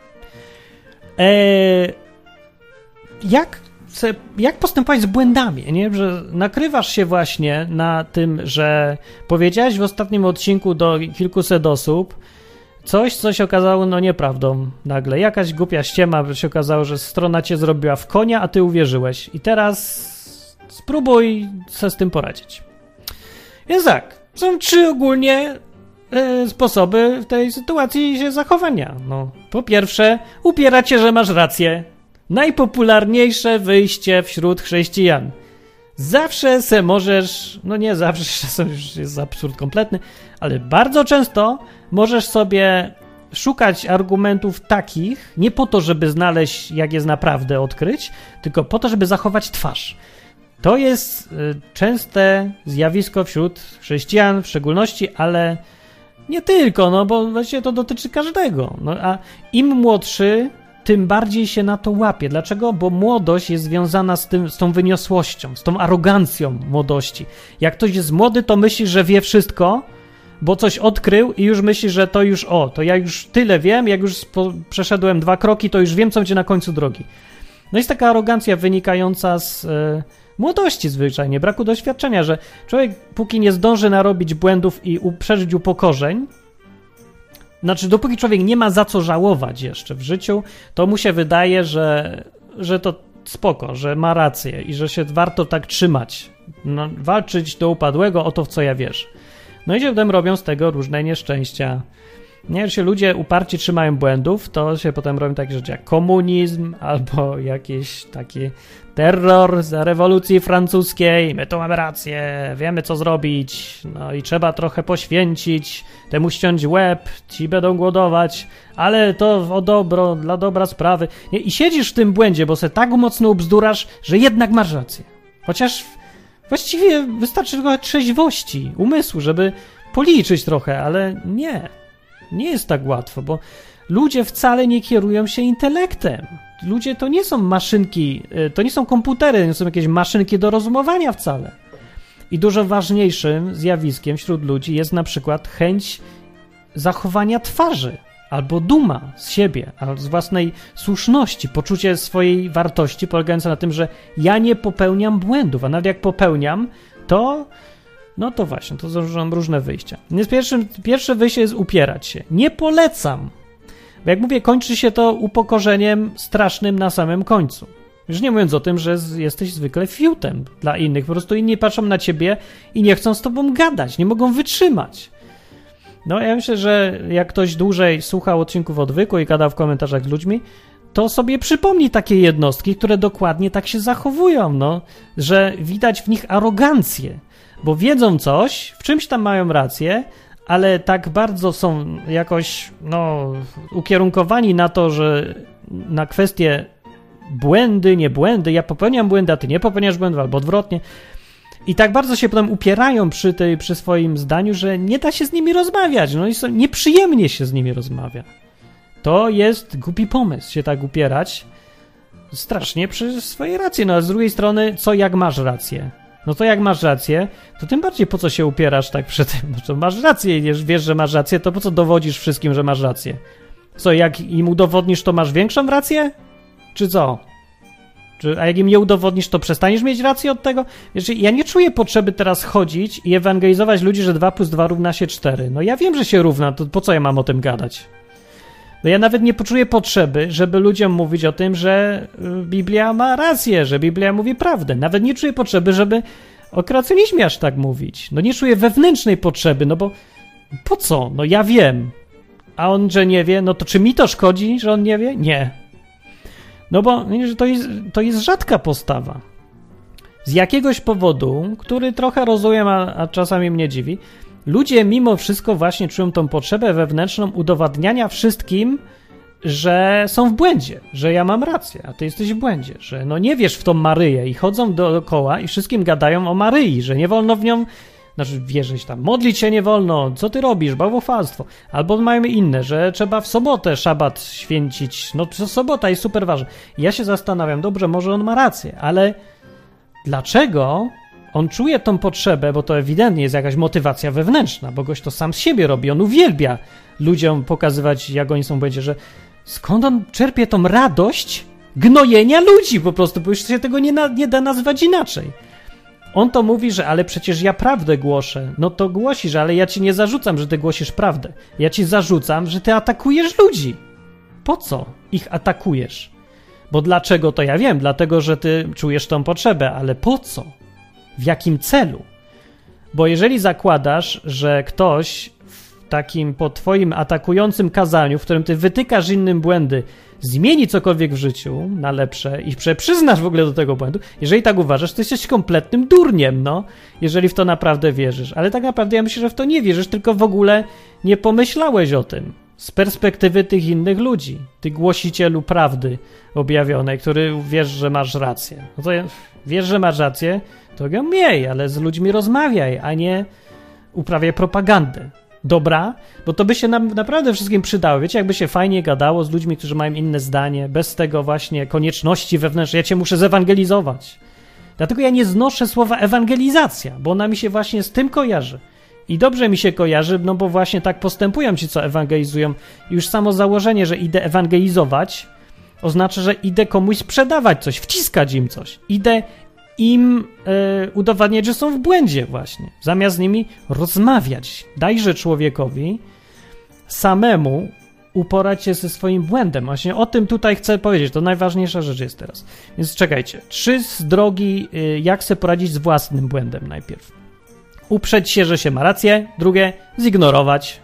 [SPEAKER 1] Eee, jak, jak postępować z błędami, nie? Że nakrywasz się właśnie na tym, że powiedziałeś w ostatnim odcinku do kilkuset osób coś, co się okazało no nieprawdą nagle. Jakaś głupia ściema się okazało, że strona cię zrobiła w konia, a ty uwierzyłeś. I teraz spróbuj sobie z tym poradzić. Więc tak, są trzy ogólnie y, sposoby w tej sytuacji się zachowania. No, po pierwsze, upierać się, że masz rację. Najpopularniejsze wyjście wśród chrześcijan. Zawsze se możesz, no nie zawsze, to już jest absurd kompletny, ale bardzo często możesz sobie szukać argumentów takich, nie po to, żeby znaleźć, jak jest naprawdę odkryć, tylko po to, żeby zachować twarz. To jest y, częste zjawisko wśród chrześcijan w szczególności, ale nie tylko, no bo właściwie to dotyczy każdego. No, a im młodszy, tym bardziej się na to łapie. Dlaczego? Bo młodość jest związana z tym, z tą wyniosłością, z tą arogancją młodości. Jak ktoś jest młody, to myśli, że wie wszystko, bo coś odkrył i już myśli, że to już o, to ja już tyle wiem, jak już spo, przeszedłem dwa kroki, to już wiem, co będzie na końcu drogi. No jest taka arogancja wynikająca z e, młodości zwyczajnie, braku doświadczenia, że człowiek póki nie zdąży narobić błędów i u, przeżyć upokorzeń, znaczy dopóki człowiek nie ma za co żałować jeszcze w życiu, to mu się wydaje, że, że to spoko, że ma rację i że się warto tak trzymać, no, walczyć do upadłego o to, w co ja wierzę. No i się potem robią z tego różne nieszczęścia. Nie, że się ludzie uparcie trzymają błędów, to się potem robią takie rzeczy jak komunizm albo jakiś taki terror za rewolucji francuskiej. My to mamy rację, wiemy co zrobić, no i trzeba trochę poświęcić, temu ściąć łeb, ci będą głodować, ale to o dobro, dla dobra sprawy. Nie, i siedzisz w tym błędzie, bo se tak mocno ubzdurasz, że jednak masz rację. Chociaż właściwie wystarczy tylko trzeźwości, umysłu, żeby policzyć trochę, ale nie. Nie jest tak łatwo, bo ludzie wcale nie kierują się intelektem. Ludzie to nie są maszynki, to nie są komputery, nie są jakieś maszynki do rozumowania wcale. I dużo ważniejszym zjawiskiem wśród ludzi jest na przykład chęć zachowania twarzy, albo duma z siebie, albo z własnej słuszności, poczucie swojej wartości polegające na tym, że ja nie popełniam błędów, a nawet jak popełniam, to no to właśnie, to są różne wyjścia. Więc pierwsze, pierwsze wyjście jest upierać się. Nie polecam, bo jak mówię, kończy się to upokorzeniem strasznym na samym końcu. Już nie mówiąc o tym, że jesteś zwykle fiutem dla innych. Po prostu inni patrzą na ciebie i nie chcą z tobą gadać, nie mogą wytrzymać. No ja myślę, że jak ktoś dłużej słuchał odcinków Odwyku i gadał w komentarzach z ludźmi, to sobie przypomni takie jednostki, które dokładnie tak się zachowują, no, że widać w nich arogancję. Bo wiedzą coś, w czymś tam mają rację, ale tak bardzo są jakoś no, ukierunkowani na to, że na kwestie błędy, nie błędy, ja popełniam błędy, a ty nie popełniasz błędów, albo odwrotnie. I tak bardzo się potem upierają przy, tej, przy swoim zdaniu, że nie da się z nimi rozmawiać. No i są, nieprzyjemnie się z nimi rozmawia. To jest głupi pomysł się tak upierać strasznie przy swojej racji. No a z drugiej strony, co jak masz rację? No to jak masz rację, to tym bardziej po co się upierasz tak przy tym? No to masz rację, jeśli wiesz, że masz rację, to po co dowodzisz wszystkim, że masz rację? Co, jak im udowodnisz, to masz większą rację? Czy co? Czy, a jak im nie udowodnisz, to przestaniesz mieć rację od tego? Wiesz, ja nie czuję potrzeby teraz chodzić i ewangelizować ludzi, że dwa plus dwa równa się cztery. No ja wiem, że się równa, to po co ja mam o tym gadać? No ja nawet nie poczuję potrzeby, żeby ludziom mówić o tym, że Biblia ma rację, że Biblia mówi prawdę. Nawet nie czuję potrzeby, żeby o kreacjonizmie aż tak mówić. No nie czuję wewnętrznej potrzeby, no bo po co? No ja wiem. A on, że nie wie, no to czy mi to szkodzi, że on nie wie? Nie. No bo to jest, to jest rzadka postawa. Z jakiegoś powodu, który trochę rozumiem, a, a czasami mnie dziwi, ludzie mimo wszystko właśnie czują tą potrzebę wewnętrzną udowadniania wszystkim, że są w błędzie, że ja mam rację, a ty jesteś w błędzie, że no nie wiesz w tą Maryję i chodzą dookoła i wszystkim gadają o Maryi, że nie wolno w nią, znaczy wierzyć tam, modlić się nie wolno, co ty robisz, bałwochwalstwo, albo mają inne, że trzeba w sobotę szabat święcić, no to sobota jest super ważna. I ja się zastanawiam, dobrze, może on ma rację, ale dlaczego on czuje tą potrzebę, bo to ewidentnie jest jakaś motywacja wewnętrzna, bo goś to sam z siebie robi, on uwielbia ludziom pokazywać, jak oni są w błędzie, że skąd on czerpie tą radość gnojenia ludzi po prostu, bo już się tego nie, na, nie da nazwać inaczej. On to mówi, że ale przecież ja prawdę głoszę. No to głosisz, ale ja ci nie zarzucam, że ty głosisz prawdę. Ja ci zarzucam, że ty atakujesz ludzi. Po co ich atakujesz? Bo dlaczego, to ja wiem, dlatego, że ty czujesz tą potrzebę, ale po co? W jakim celu? Bo jeżeli zakładasz, że ktoś w takim po twoim atakującym kazaniu, w którym ty wytykasz innym błędy, zmieni cokolwiek w życiu na lepsze i przyznasz w ogóle do tego błędu, jeżeli tak uważasz, to jesteś kompletnym durniem, no, jeżeli w to naprawdę wierzysz. Ale tak naprawdę ja myślę, że w to nie wierzysz, tylko w ogóle nie pomyślałeś o tym z perspektywy tych innych ludzi, ty głosicielu prawdy objawionej, który wiesz, że masz rację. No to wiesz, że masz rację, to ją miej, ale z ludźmi rozmawiaj, a nie uprawiaj propagandę. Dobra? Bo to by się nam naprawdę wszystkim przydało. Wiecie, jakby się fajnie gadało z ludźmi, którzy mają inne zdanie, bez tego właśnie konieczności wewnętrznej. Ja cię muszę zewangelizować. Dlatego ja nie znoszę słowa ewangelizacja, bo ona mi się właśnie z tym kojarzy. I dobrze mi się kojarzy, no bo właśnie tak postępują ci, co ewangelizują. I już samo założenie, że idę ewangelizować, oznacza, że idę komuś sprzedawać coś, wciskać im coś. Idę im e, udowadniać, że są w błędzie właśnie. Zamiast z nimi rozmawiać. Dajże człowiekowi samemu uporać się ze swoim błędem. Właśnie o tym tutaj chcę powiedzieć. To najważniejsza rzecz jest teraz. Więc czekajcie. Trzy z drogi, y, jak sobie poradzić z własnym błędem najpierw. Uprzeć się, że się ma rację. Drugie, zignorować.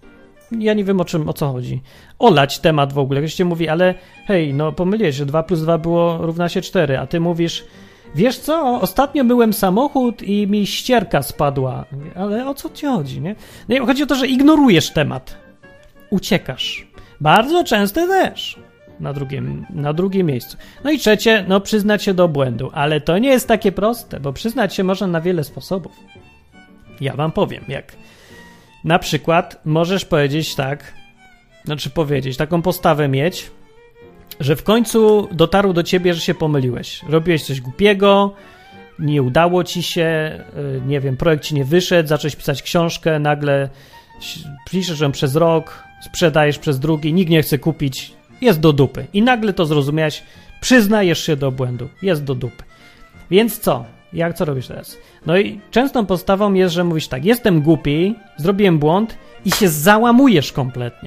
[SPEAKER 1] Ja nie wiem, o czym, o co chodzi. Olać temat w ogóle. Ktoś ci mówi, ale hej, no pomyliłeś, że dwa plus dwa było równa się cztery, a ty mówisz, wiesz co, ostatnio myłem samochód i mi ścierka spadła. Ale o co ci chodzi, nie? No, chodzi o to, że ignorujesz temat. Uciekasz. Bardzo często też. Na drugim, na drugim miejscu. No i trzecie, no przyznać się do błędu. Ale to nie jest takie proste, bo przyznać się można na wiele sposobów. Ja wam powiem, jak. Na przykład możesz powiedzieć tak, znaczy powiedzieć, taką postawę mieć, że w końcu dotarło do ciebie, że się pomyliłeś. Robiłeś coś głupiego, nie udało ci się, nie wiem, projekt ci nie wyszedł, zacząłeś pisać książkę, nagle piszesz ją przez rok, sprzedajesz przez drugi, nikt nie chce kupić, jest do dupy. I nagle to zrozumiałeś, przyznajesz się do błędu, jest do dupy. Więc co? Jak co robisz teraz? No i częstą postawą jest, że mówisz tak, jestem głupi, zrobiłem błąd i się załamujesz kompletnie.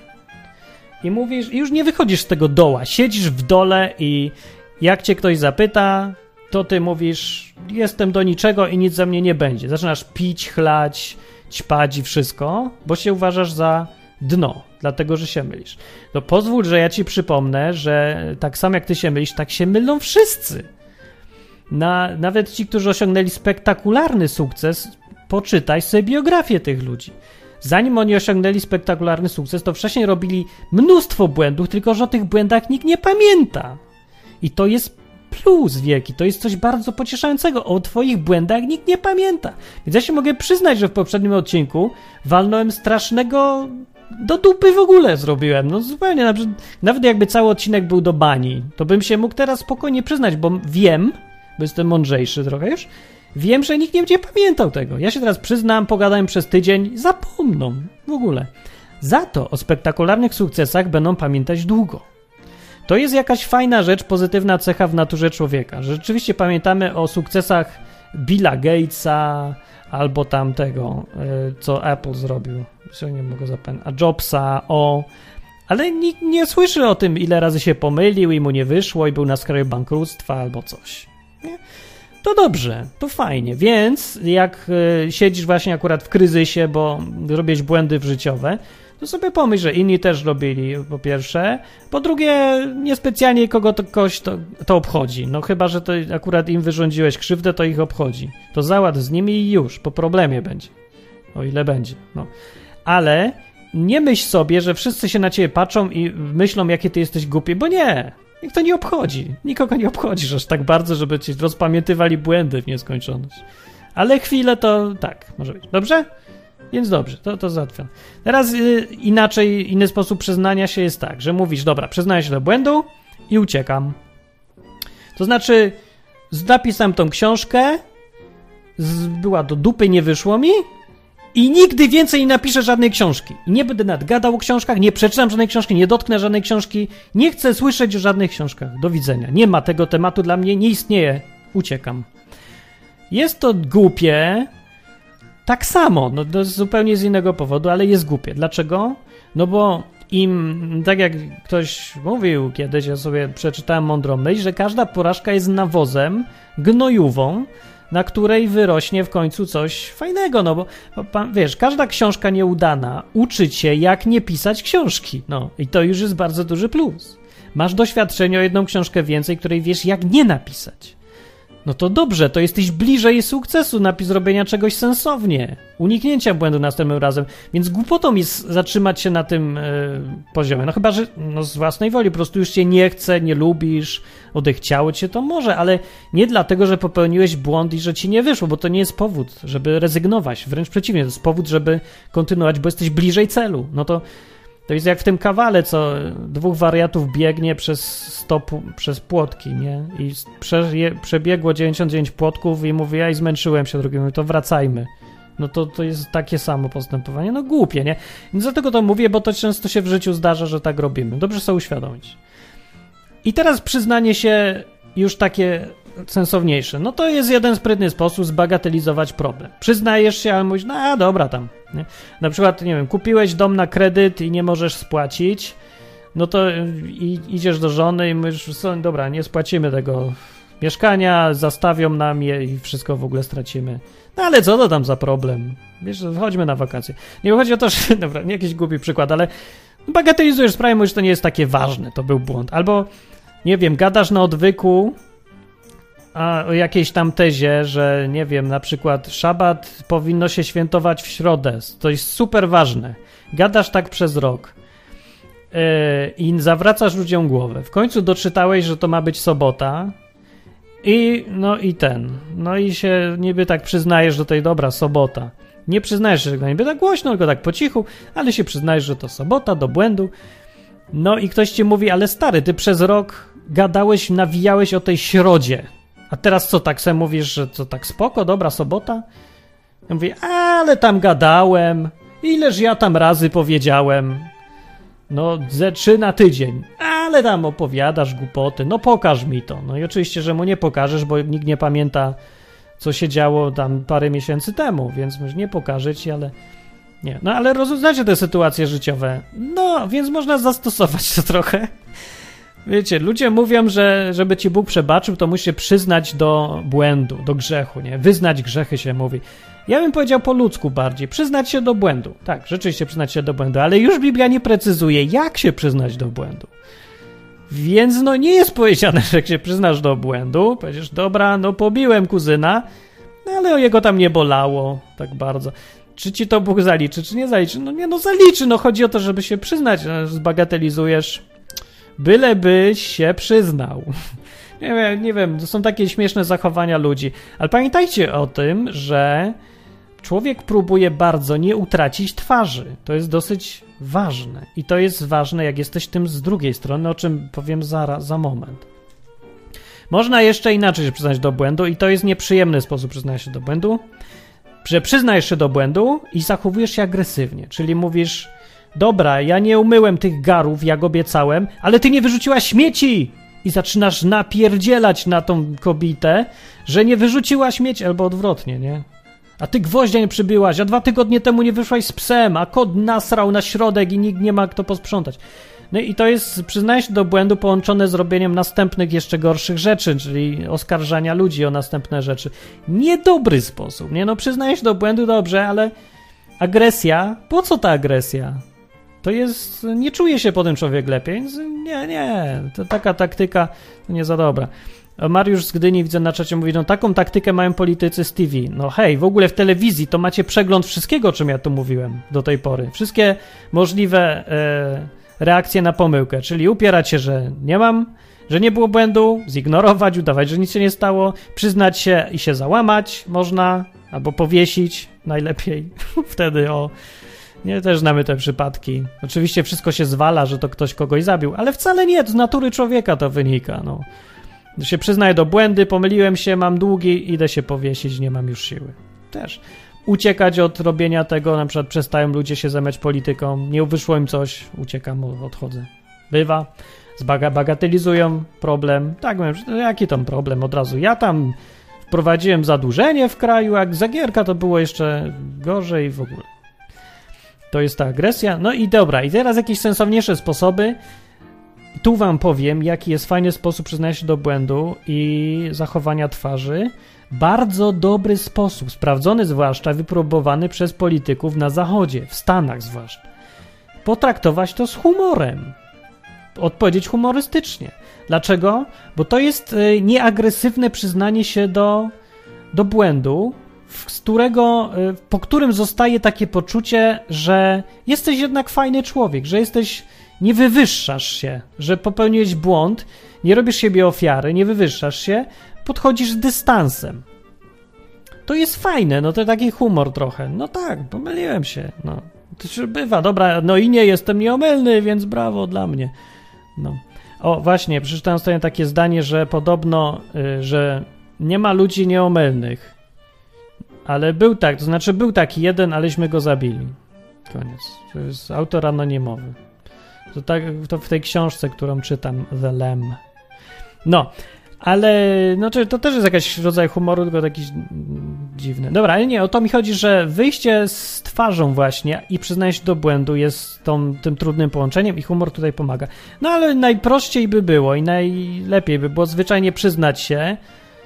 [SPEAKER 1] I mówisz, i już nie wychodzisz z tego doła, siedzisz w dole i jak cię ktoś zapyta, to ty mówisz, jestem do niczego i nic ze mnie nie będzie. Zaczynasz pić, chlać, ćpać i wszystko, bo się uważasz za dno, dlatego, że się mylisz. To pozwól, że ja ci przypomnę, że tak samo jak ty się mylisz, tak się mylą wszyscy. Na, nawet ci, którzy osiągnęli spektakularny sukces, poczytaj sobie biografię tych ludzi. Zanim oni osiągnęli spektakularny sukces, to wcześniej robili mnóstwo błędów, tylko że o tych błędach nikt nie pamięta. I to jest plus wielki, to jest coś bardzo pocieszającego. O twoich błędach nikt nie pamięta. Więc ja się mogę przyznać, że w poprzednim odcinku walnąłem strasznego do dupy w ogóle zrobiłem. No zupełnie, nawet jakby cały odcinek był do bani, to bym się mógł teraz spokojnie przyznać, bo wiem, bo jestem mądrzejszy trochę już, wiem, że nikt nie będzie pamiętał tego. Ja się teraz przyznam, pogadałem przez tydzień, zapomną w ogóle. Za to o spektakularnych sukcesach będą pamiętać długo. To jest jakaś fajna rzecz, pozytywna cecha w naturze człowieka, że rzeczywiście pamiętamy o sukcesach Billa Gatesa albo tamtego, co Apple zrobił. Nie mogę zapamiętać. A Jobsa, o... Ale nikt nie słyszy o tym, ile razy się pomylił i mu nie wyszło i był na skraju bankructwa albo coś. Nie? To dobrze, to fajnie, więc jak y, siedzisz właśnie akurat w kryzysie, bo robisz błędy życiowe, to sobie pomyśl, że inni też robili, po pierwsze, po drugie, niespecjalnie kogo to, kogoś to, to obchodzi, no chyba, że to akurat im wyrządziłeś krzywdę, to ich obchodzi, to załatw z nimi i już, po problemie będzie, o ile będzie, no, ale nie myśl sobie, że wszyscy się na ciebie patrzą i myślą, jakie ty jesteś głupi, bo nie. Nikt to nie obchodzi. Nikogo nie obchodzisz aż tak bardzo, żeby ci rozpamiętywali błędy w nieskończoność. Ale chwilę to tak, może być. Dobrze? Więc dobrze, to, to załatwiam. Teraz y, inaczej, inny sposób przyznania się jest tak, że mówisz, dobra, przyznaję się do błędu i uciekam. To znaczy, napisałem tą książkę, z, była do dupy, nie wyszło mi, i nigdy więcej nie napiszę żadnej książki. I nie będę nadgadał o książkach, nie przeczytam żadnej książki, nie dotknę żadnej książki. Nie chcę słyszeć o żadnych książkach. Do widzenia. Nie ma tego tematu dla mnie, nie istnieje. Uciekam. Jest to głupie. Tak samo, no to zupełnie z innego powodu, ale jest głupie. Dlaczego? No bo im, tak jak ktoś mówił kiedyś, ja sobie przeczytałem mądrą myśl, że każda porażka jest nawozem, gnojówą, na której wyrośnie w końcu coś fajnego, no bo wiesz, każda książka nieudana uczy cię, jak nie pisać książki, no i to już jest bardzo duży plus. Masz doświadczenie o jedną książkę więcej, której wiesz, jak nie napisać. No to dobrze, to jesteś bliżej sukcesu, napis zrobienia czegoś sensownie, uniknięcia błędu następnym razem, więc głupotą jest zatrzymać się na tym y, poziomie. No chyba, że no, z własnej woli, po prostu już cię nie chce, nie lubisz, odechciało cię, to może, ale nie dlatego, że popełniłeś błąd i że ci nie wyszło, bo to nie jest powód, żeby rezygnować, wręcz przeciwnie, to jest powód, żeby kontynuować, bo jesteś bliżej celu. No to To jest jak w tym kawale, co dwóch wariatów biegnie przez stopu, przez płotki, nie? I prze, je, przebiegło dziewięćdziesiąt dziewięć płotków i mówi, ja i zmęczyłem się, drugi mówi, to wracajmy. No to, to jest takie samo postępowanie, no głupie, nie? Więc dlatego to mówię, bo to często się w życiu zdarza, że tak robimy. Dobrze sobie uświadomić. I teraz przyznanie się już takie sensowniejsze. No to jest jeden sprytny sposób zbagatelizować problem. Przyznajesz się, ale mówisz, no a dobra tam. Nie? Na przykład, nie wiem, kupiłeś dom na kredyt i nie możesz spłacić, no to i, idziesz do żony i mówisz, dobra, nie spłacimy tego mieszkania, zastawią nam je i wszystko w ogóle stracimy. No ale co to tam za problem? Wiesz, chodźmy na wakacje. Nie chodzi o to, że, dobra, nie jakiś głupi przykład, ale bagatelizujesz sprawę, mówisz, że to nie jest takie ważne, to był błąd. Albo, nie wiem, gadasz na odwyku a o jakiejś tam tezie, że nie wiem, na przykład szabat powinno się świętować w środę. To jest super ważne. Gadasz tak przez rok yy, i zawracasz ludziom głowę. W końcu doczytałeś, że to ma być sobota i no i ten. No i się niby tak przyznajesz do tej, dobra, sobota. Nie przyznajesz się, że to niby tak głośno, tylko tak po cichu, ale się przyznajesz, że to sobota, do błędu. No i ktoś ci mówi, ale stary, ty przez rok gadałeś, nawijałeś o tej środzie. A teraz co, tak sobie mówisz, że to tak spoko, dobra sobota? Ja mówię, ale tam gadałem, ileż ja tam razy powiedziałem, no ze trzy na tydzień, ale tam opowiadasz głupoty, no pokaż mi to. No i oczywiście, że mu nie pokażesz, bo nikt nie pamięta, co się działo tam parę miesięcy temu, więc może nie pokażę ci, ale nie. No ale rozumiecie te sytuacje życiowe, no więc można zastosować to trochę. Wiecie, ludzie mówią, że żeby ci Bóg przebaczył, to musi się przyznać do błędu, do grzechu, nie? Wyznać grzechy się mówi. Ja bym powiedział po ludzku bardziej, przyznać się do błędu. Tak, rzeczywiście przyznać się do błędu, ale już Biblia nie precyzuje, jak się przyznać do błędu. Więc no nie jest powiedziane, że jak się przyznasz do błędu, powiesz, dobra, no pobiłem kuzyna, no ale o jego tam nie bolało tak bardzo. Czy ci to Bóg zaliczy, czy nie zaliczy? No nie, no zaliczy, no chodzi o to, żeby się przyznać, no, zbagatelizujesz. Bylebyś się przyznał. Nie wiem, nie wiem, to są takie śmieszne zachowania ludzi. Ale pamiętajcie o tym, że człowiek próbuje bardzo nie utracić twarzy. To jest dosyć ważne. I to jest ważne, jak jesteś tym z drugiej strony, o czym powiem za, za moment. Można jeszcze inaczej się przyznać do błędu i to jest nieprzyjemny sposób przyznania się do błędu, że przyznajesz się do błędu i zachowujesz się agresywnie, czyli mówisz, dobra, ja nie umyłem tych garów, jak obiecałem, ale ty nie wyrzuciłaś śmieci! I zaczynasz napierdzielać na tą kobietę, że nie wyrzuciła śmieci, albo odwrotnie, nie? A ty gwoździa nie przybyłaś, a dwa tygodnie temu nie wyszłaś z psem, a kot nasrał na środek i nikt nie ma kto posprzątać. No i to jest przyznaję się do błędu połączone z robieniem następnych jeszcze gorszych rzeczy, czyli oskarżania ludzi o następne rzeczy. Niedobry sposób, nie? No przyznaję się do błędu, dobrze, ale agresja, po co ta agresja? To jest, nie czuje się po tym człowiek lepiej, więc nie, nie, to taka taktyka nie za dobra. Mariusz z Gdyni, widzę na czacie, mówi, no taką taktykę mają politycy z T V. No hej, w ogóle w telewizji to macie przegląd wszystkiego, o czym ja tu mówiłem do tej pory. Wszystkie możliwe e, reakcje na pomyłkę, czyli upierać się, że nie mam, że nie było błędu, zignorować, udawać, że nic się nie stało, przyznać się i się załamać można, albo powiesić najlepiej wtedy o... Nie, też znamy te przypadki. Oczywiście wszystko się zwala, że to ktoś kogoś zabił, ale wcale nie, z natury człowieka to wynika, no. Się przyznaję do błędy, pomyliłem się, mam długi, idę się powiesić, nie mam już siły. Też. Uciekać od robienia tego, na przykład przestają ludzie się zajmować polityką, nie wyszło im coś, uciekam, odchodzę. Bywa. Zbagatelizują problem. Tak, mówię, no jaki tam problem od razu? Ja tam wprowadziłem zadłużenie w kraju, jak Zagierka to było jeszcze gorzej w ogóle. To jest ta agresja. No i dobra, i teraz jakieś sensowniejsze sposoby. tu wam powiem, jaki jest fajny sposób przyznania się do błędu i zachowania twarzy. Bardzo dobry sposób, sprawdzony zwłaszcza, wypróbowany przez polityków na Zachodzie, w Stanach zwłaszcza. Potraktować to z humorem. Odpowiedzieć humorystycznie. Dlaczego? Bo to jest nieagresywne przyznanie się do, do błędu, z którego, po którym zostaje takie poczucie, że jesteś jednak fajny człowiek, że jesteś, nie wywyższasz się, że popełniłeś błąd, nie robisz siebie ofiary, nie wywyższasz się, podchodzisz z dystansem. To jest fajne, no to taki humor trochę. No tak, pomyliłem się, no. To się bywa, dobra, no i nie jestem nieomylny, więc brawo dla mnie. No. O, właśnie, przeczytałem ostatnio takie zdanie, że podobno, y, że nie ma ludzi nieomylnych. Ale był tak, to znaczy był taki jeden, aleśmy go zabili. Koniec. To jest autor anonimowy. To, tak, to w tej książce, którą czytam, The Lamb. No, ale no, to też jest jakiś rodzaj humoru, tylko taki dziwny. Dobra, ale nie, o to mi chodzi, że wyjście z twarzą właśnie i przyznanie się do błędu jest tą, tym trudnym połączeniem i humor tutaj pomaga. No ale najprościej by było i najlepiej by było zwyczajnie przyznać się,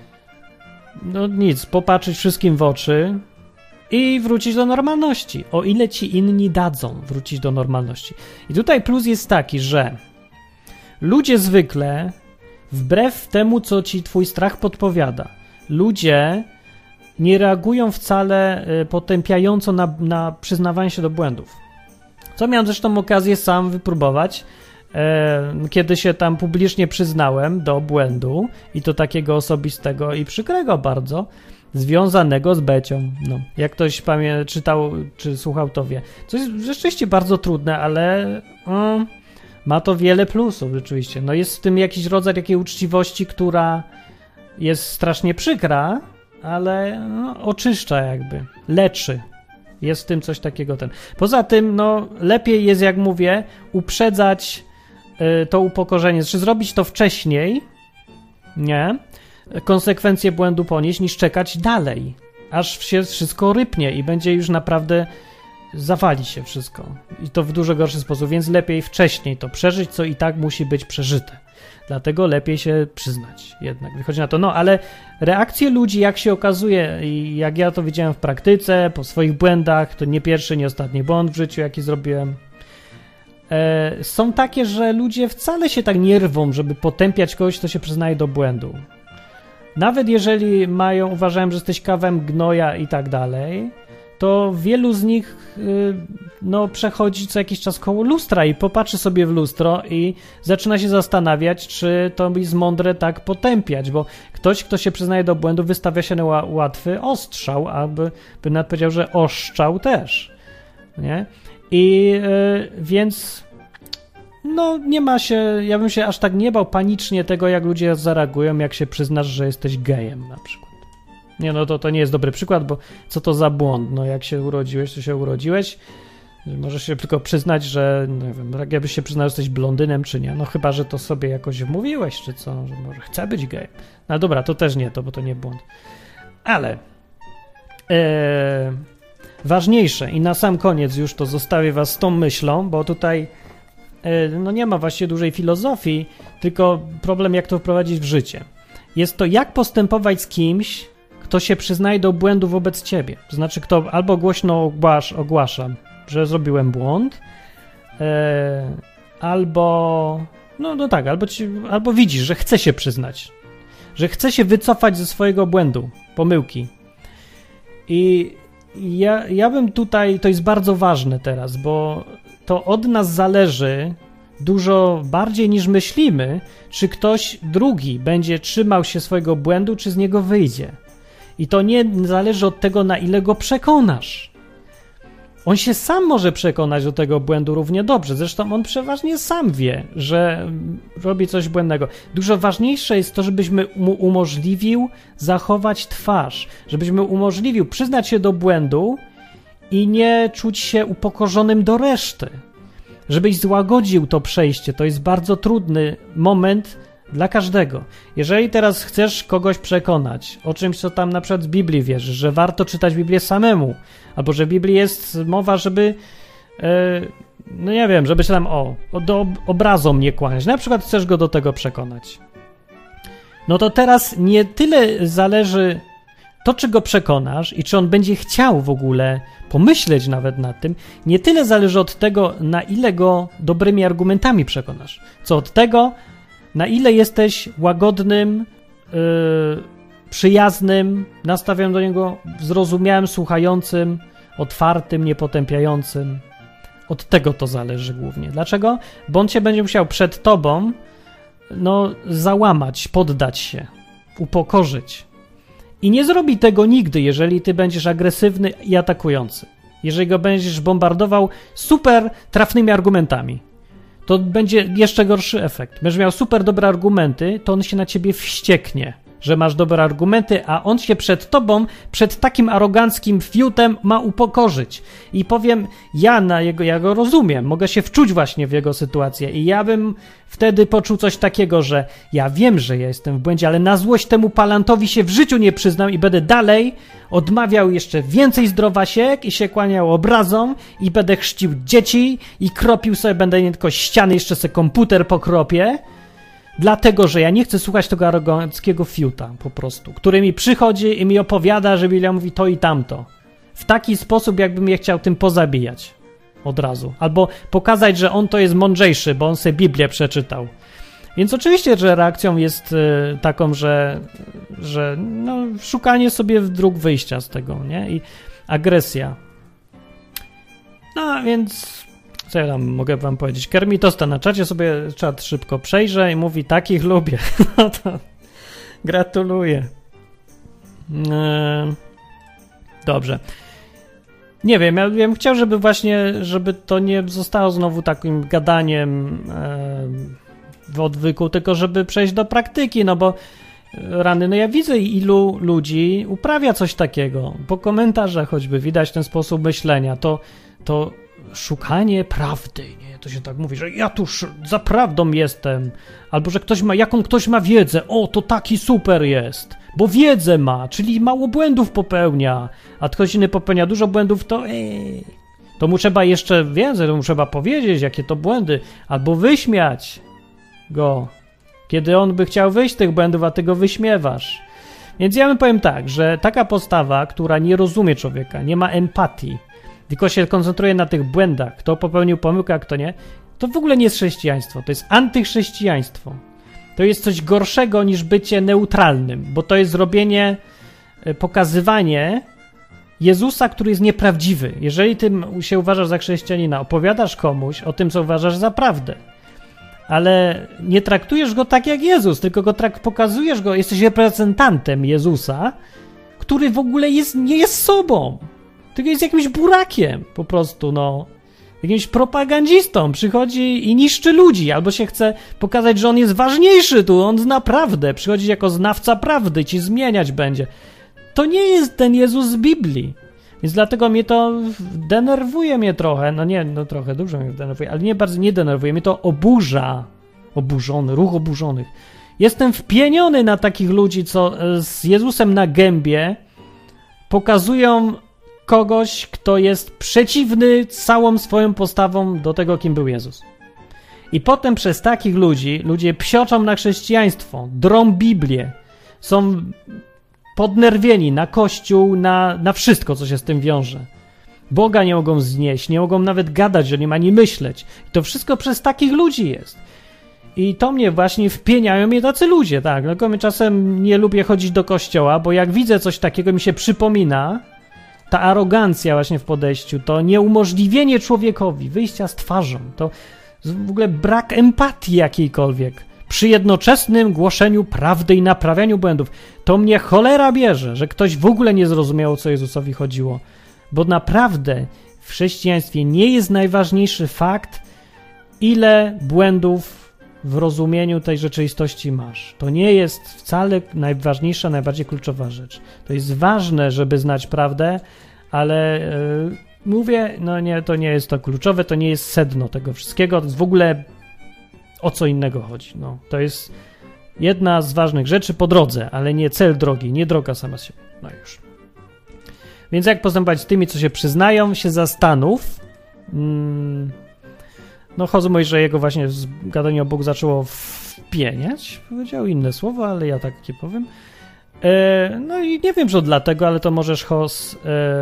[SPEAKER 1] no nic, popatrzeć wszystkim w oczy i wrócić do normalności, o ile ci inni dadzą wrócić do normalności. I tutaj plus jest taki, że ludzie zwykle, wbrew temu, co ci twój strach podpowiada, ludzie nie reagują wcale potępiająco na, na przyznawanie się do błędów. Co miałem zresztą okazję sam wypróbować, kiedy się tam publicznie przyznałem do błędu i to takiego osobistego i przykrego bardzo, związanego z Becią. No, jak ktoś pamię- czytał czy słuchał, to wie. To jest rzeczywiście bardzo trudne, ale um, ma to wiele plusów rzeczywiście. No jest w tym jakiś rodzaj takiej uczciwości, która jest strasznie przykra, ale no, oczyszcza jakby, leczy. Jest w tym coś takiego ten. Poza tym, no lepiej jest, jak mówię, uprzedzać y, to upokorzenie, znaczy zrobić to wcześniej, nie? Konsekwencje błędu ponieść, niż czekać dalej, aż się wszystko rypnie i będzie już naprawdę zawali się wszystko. I to w dużo gorszy sposób, więc lepiej wcześniej to przeżyć, co i tak musi być przeżyte. Dlatego lepiej się przyznać jednak. Wychodzi na to. No, ale reakcje ludzi, jak się okazuje i jak ja to widziałem w praktyce, po swoich błędach, to nie pierwszy, nie ostatni błąd w życiu, jaki zrobiłem, e, są takie, że ludzie wcale się tak nie rwą, żeby potępiać kogoś, kto się przyznaje do błędu. Nawet jeżeli mają, uważałem, że jesteś kawem gnoja i tak dalej, to wielu z nich yy, no, przechodzi co jakiś czas koło lustra i popatrzy sobie w lustro i zaczyna się zastanawiać, czy to jest mądre tak potępiać, bo ktoś, kto się przyznaje do błędu, wystawia się na łatwy ostrzał, aby by nawet powiedział, że oszczał też, nie? I yy, więc no nie ma się, ja bym się aż tak nie bał panicznie tego, jak ludzie zareagują, jak się przyznasz, że jesteś gejem na przykład. Nie, no to, to nie jest dobry przykład, bo co to za błąd? No jak się urodziłeś, to się urodziłeś. Możesz się tylko przyznać, że nie wiem, tak jakbyś się przyznał, że jesteś blondynem, czy nie. No chyba, że to sobie jakoś wmówiłeś, czy co, że może chcę być gejem. No dobra, to też nie to, bo to nie błąd. Ale e, ważniejsze i na sam koniec już to zostawię was z tą myślą, bo tutaj e, no nie ma właściwie dużej filozofii, tylko problem, jak to wprowadzić w życie. Jest to, jak postępować z kimś, kto się przyznaje do błędu wobec ciebie. To znaczy, kto albo głośno ogłasz, ogłasza, że zrobiłem błąd, e, albo no, no tak, albo, ci, albo widzisz, że chce się przyznać, że chce się wycofać ze swojego błędu, pomyłki. I ja, ja bym tutaj, to jest bardzo ważne teraz, bo to od nas zależy dużo bardziej niż myślimy, czy ktoś drugi będzie trzymał się swojego błędu, czy z niego wyjdzie. I to nie zależy od tego, na ile go przekonasz. On się sam może przekonać do tego błędu równie dobrze. Zresztą on przeważnie sam wie, że robi coś błędnego. Dużo ważniejsze jest to, żebyśmy mu umożliwił zachować twarz. Żebyśmy umożliwił przyznać się do błędu i nie czuć się upokorzonym do reszty. Żebyś złagodził to przejście. To jest bardzo trudny moment dla każdego. Jeżeli teraz chcesz kogoś przekonać o czymś, co tam na przykład z Biblii wierzysz, że warto czytać Biblię samemu, albo że w Biblii jest mowa, żeby e, no nie wiem, żeby się tam, o, do obrazom nie kłaniać. Na przykład chcesz go do tego przekonać. No to teraz nie tyle zależy to, czy go przekonasz i czy on będzie chciał w ogóle pomyśleć nawet nad tym, nie tyle zależy od tego, na ile go dobrymi argumentami przekonasz, co od tego, na ile jesteś łagodnym, yy, przyjaznym, nastawionym do niego, zrozumiałym, słuchającym, otwartym, niepotępiającym. Od tego to zależy głównie. Dlaczego? Bo on cię będzie musiał przed tobą no, załamać, poddać się, upokorzyć. I nie zrobi tego nigdy, jeżeli ty będziesz agresywny i atakujący. Jeżeli go będziesz bombardował super trafnymi argumentami, to będzie jeszcze gorszy efekt. Będziesz miał super dobre argumenty, to on się na ciebie wścieknie, że masz dobre argumenty, a on się przed tobą, przed takim aroganckim fiutem ma upokorzyć. I powiem, ja na jego, ja go rozumiem, mogę się wczuć właśnie w jego sytuację i ja bym wtedy poczuł coś takiego, że ja wiem, że ja jestem w błędzie, ale na złość temu palantowi się w życiu nie przyznam i będę dalej odmawiał jeszcze więcej zdrowasiek i się kłaniał obrazom i będę chrzcił dzieci i kropił sobie, będę nie tylko ściany, jeszcze sobie komputer pokropię. Dlatego, że ja nie chcę słuchać tego aroganckiego fiuta po prostu, który mi przychodzi i mi opowiada, że Biblia mówi to i tamto. W taki sposób, jakbym je chciał tym pozabijać od razu. Albo pokazać, że on to jest mądrzejszy, bo on sobie Biblię przeczytał. Więc oczywiście, że reakcją jest y, taką, że, że no, szukanie sobie dróg wyjścia z tego, nie? I agresja. No, więc... Co ja tam mogę wam powiedzieć? Kermitosta na czacie sobie czat szybko przejrzę i mówi, takich lubię. No to gratuluję. Eee, dobrze. Nie wiem, ja bym chciał, żeby właśnie, żeby to nie zostało znowu takim gadaniem e, w odwyku, tylko żeby przejść do praktyki, no bo rany, no ja widzę, ilu ludzi uprawia coś takiego. Po komentarzach choćby widać ten sposób myślenia. To, to szukanie prawdy, nie? To się tak mówi, że ja tu za prawdą jestem, albo że ktoś ma, jaką ktoś ma wiedzę, o, to taki super jest, bo wiedzę ma, czyli mało błędów popełnia, a ktoś inny popełnia dużo błędów, to ej, to mu trzeba jeszcze więcej, to mu trzeba powiedzieć, jakie to błędy, albo wyśmiać go, kiedy on by chciał wyjść z tych błędów, a ty go wyśmiewasz. Więc ja bym powiem tak, że taka postawa, która nie rozumie człowieka, nie ma empatii, tylko się koncentruje na tych błędach, kto popełnił pomyłkę, a kto nie, to w ogóle nie jest chrześcijaństwo, to jest antychrześcijaństwo. To jest coś gorszego niż bycie neutralnym, bo to jest zrobienie, pokazywanie Jezusa, który jest nieprawdziwy. Jeżeli ty się uważasz za chrześcijanina, opowiadasz komuś o tym, co uważasz za prawdę, ale nie traktujesz go tak jak Jezus, tylko go trak- pokazujesz go, jesteś reprezentantem Jezusa, który w ogóle jest, nie jest sobą. Tylko jest jakimś burakiem po prostu, no. Jakimś propagandzistą. Przychodzi i niszczy ludzi, albo się chce pokazać, że on jest ważniejszy tu, on zna prawdę. Przychodzi jako znawca prawdy, ci zmieniać będzie. To nie jest ten Jezus z Biblii. Więc dlatego mnie to denerwuje mnie trochę. No nie, no trochę, dużo mnie denerwuje, ale nie bardzo nie denerwuje. Mnie to oburza. Oburzony, ruch oburzonych. Jestem wpieniony na takich ludzi, co z Jezusem na gębie pokazują kogoś, kto jest przeciwny całą swoją postawą do tego, kim był Jezus. I potem przez takich ludzi, ludzie psioczą na chrześcijaństwo, drą Biblię, są podnerwieni na Kościół, na, na wszystko, co się z tym wiąże. Boga nie mogą znieść, nie mogą nawet gadać o nim, ani myśleć. I to wszystko przez takich ludzi jest. I to mnie właśnie wpieniają mnie tacy ludzie, tak. Tylko my czasem nie lubię chodzić do kościoła, bo jak widzę coś takiego, mi się przypomina, ta arogancja właśnie w podejściu, to nieumożliwienie człowiekowi wyjścia z twarzą, to w ogóle brak empatii jakiejkolwiek przy jednoczesnym głoszeniu prawdy i naprawianiu błędów. To mnie cholera bierze, że ktoś w ogóle nie zrozumiał, o co Jezusowi chodziło. Bo naprawdę w chrześcijaństwie nie jest najważniejszy fakt, ile błędów w rozumieniu tej rzeczywistości masz. To nie jest wcale najważniejsza, najbardziej kluczowa rzecz. To jest ważne, żeby znać prawdę, ale yy, mówię, no nie, to nie jest to kluczowe, to nie jest sedno tego wszystkiego, to jest w ogóle o co innego chodzi. No, to jest jedna z ważnych rzeczy po drodze, ale nie cel drogi, nie droga sama z siebie. No już. Więc jak postępować z tymi, co się przyznają, się zastanów. Hmm. No Hoss mówi, że jego właśnie gadanie o Bóg zaczęło wpieniać. Powiedział inne słowo, ale ja tak nie powiem. E, no i nie wiem, że dlatego, ale to możesz Hoss...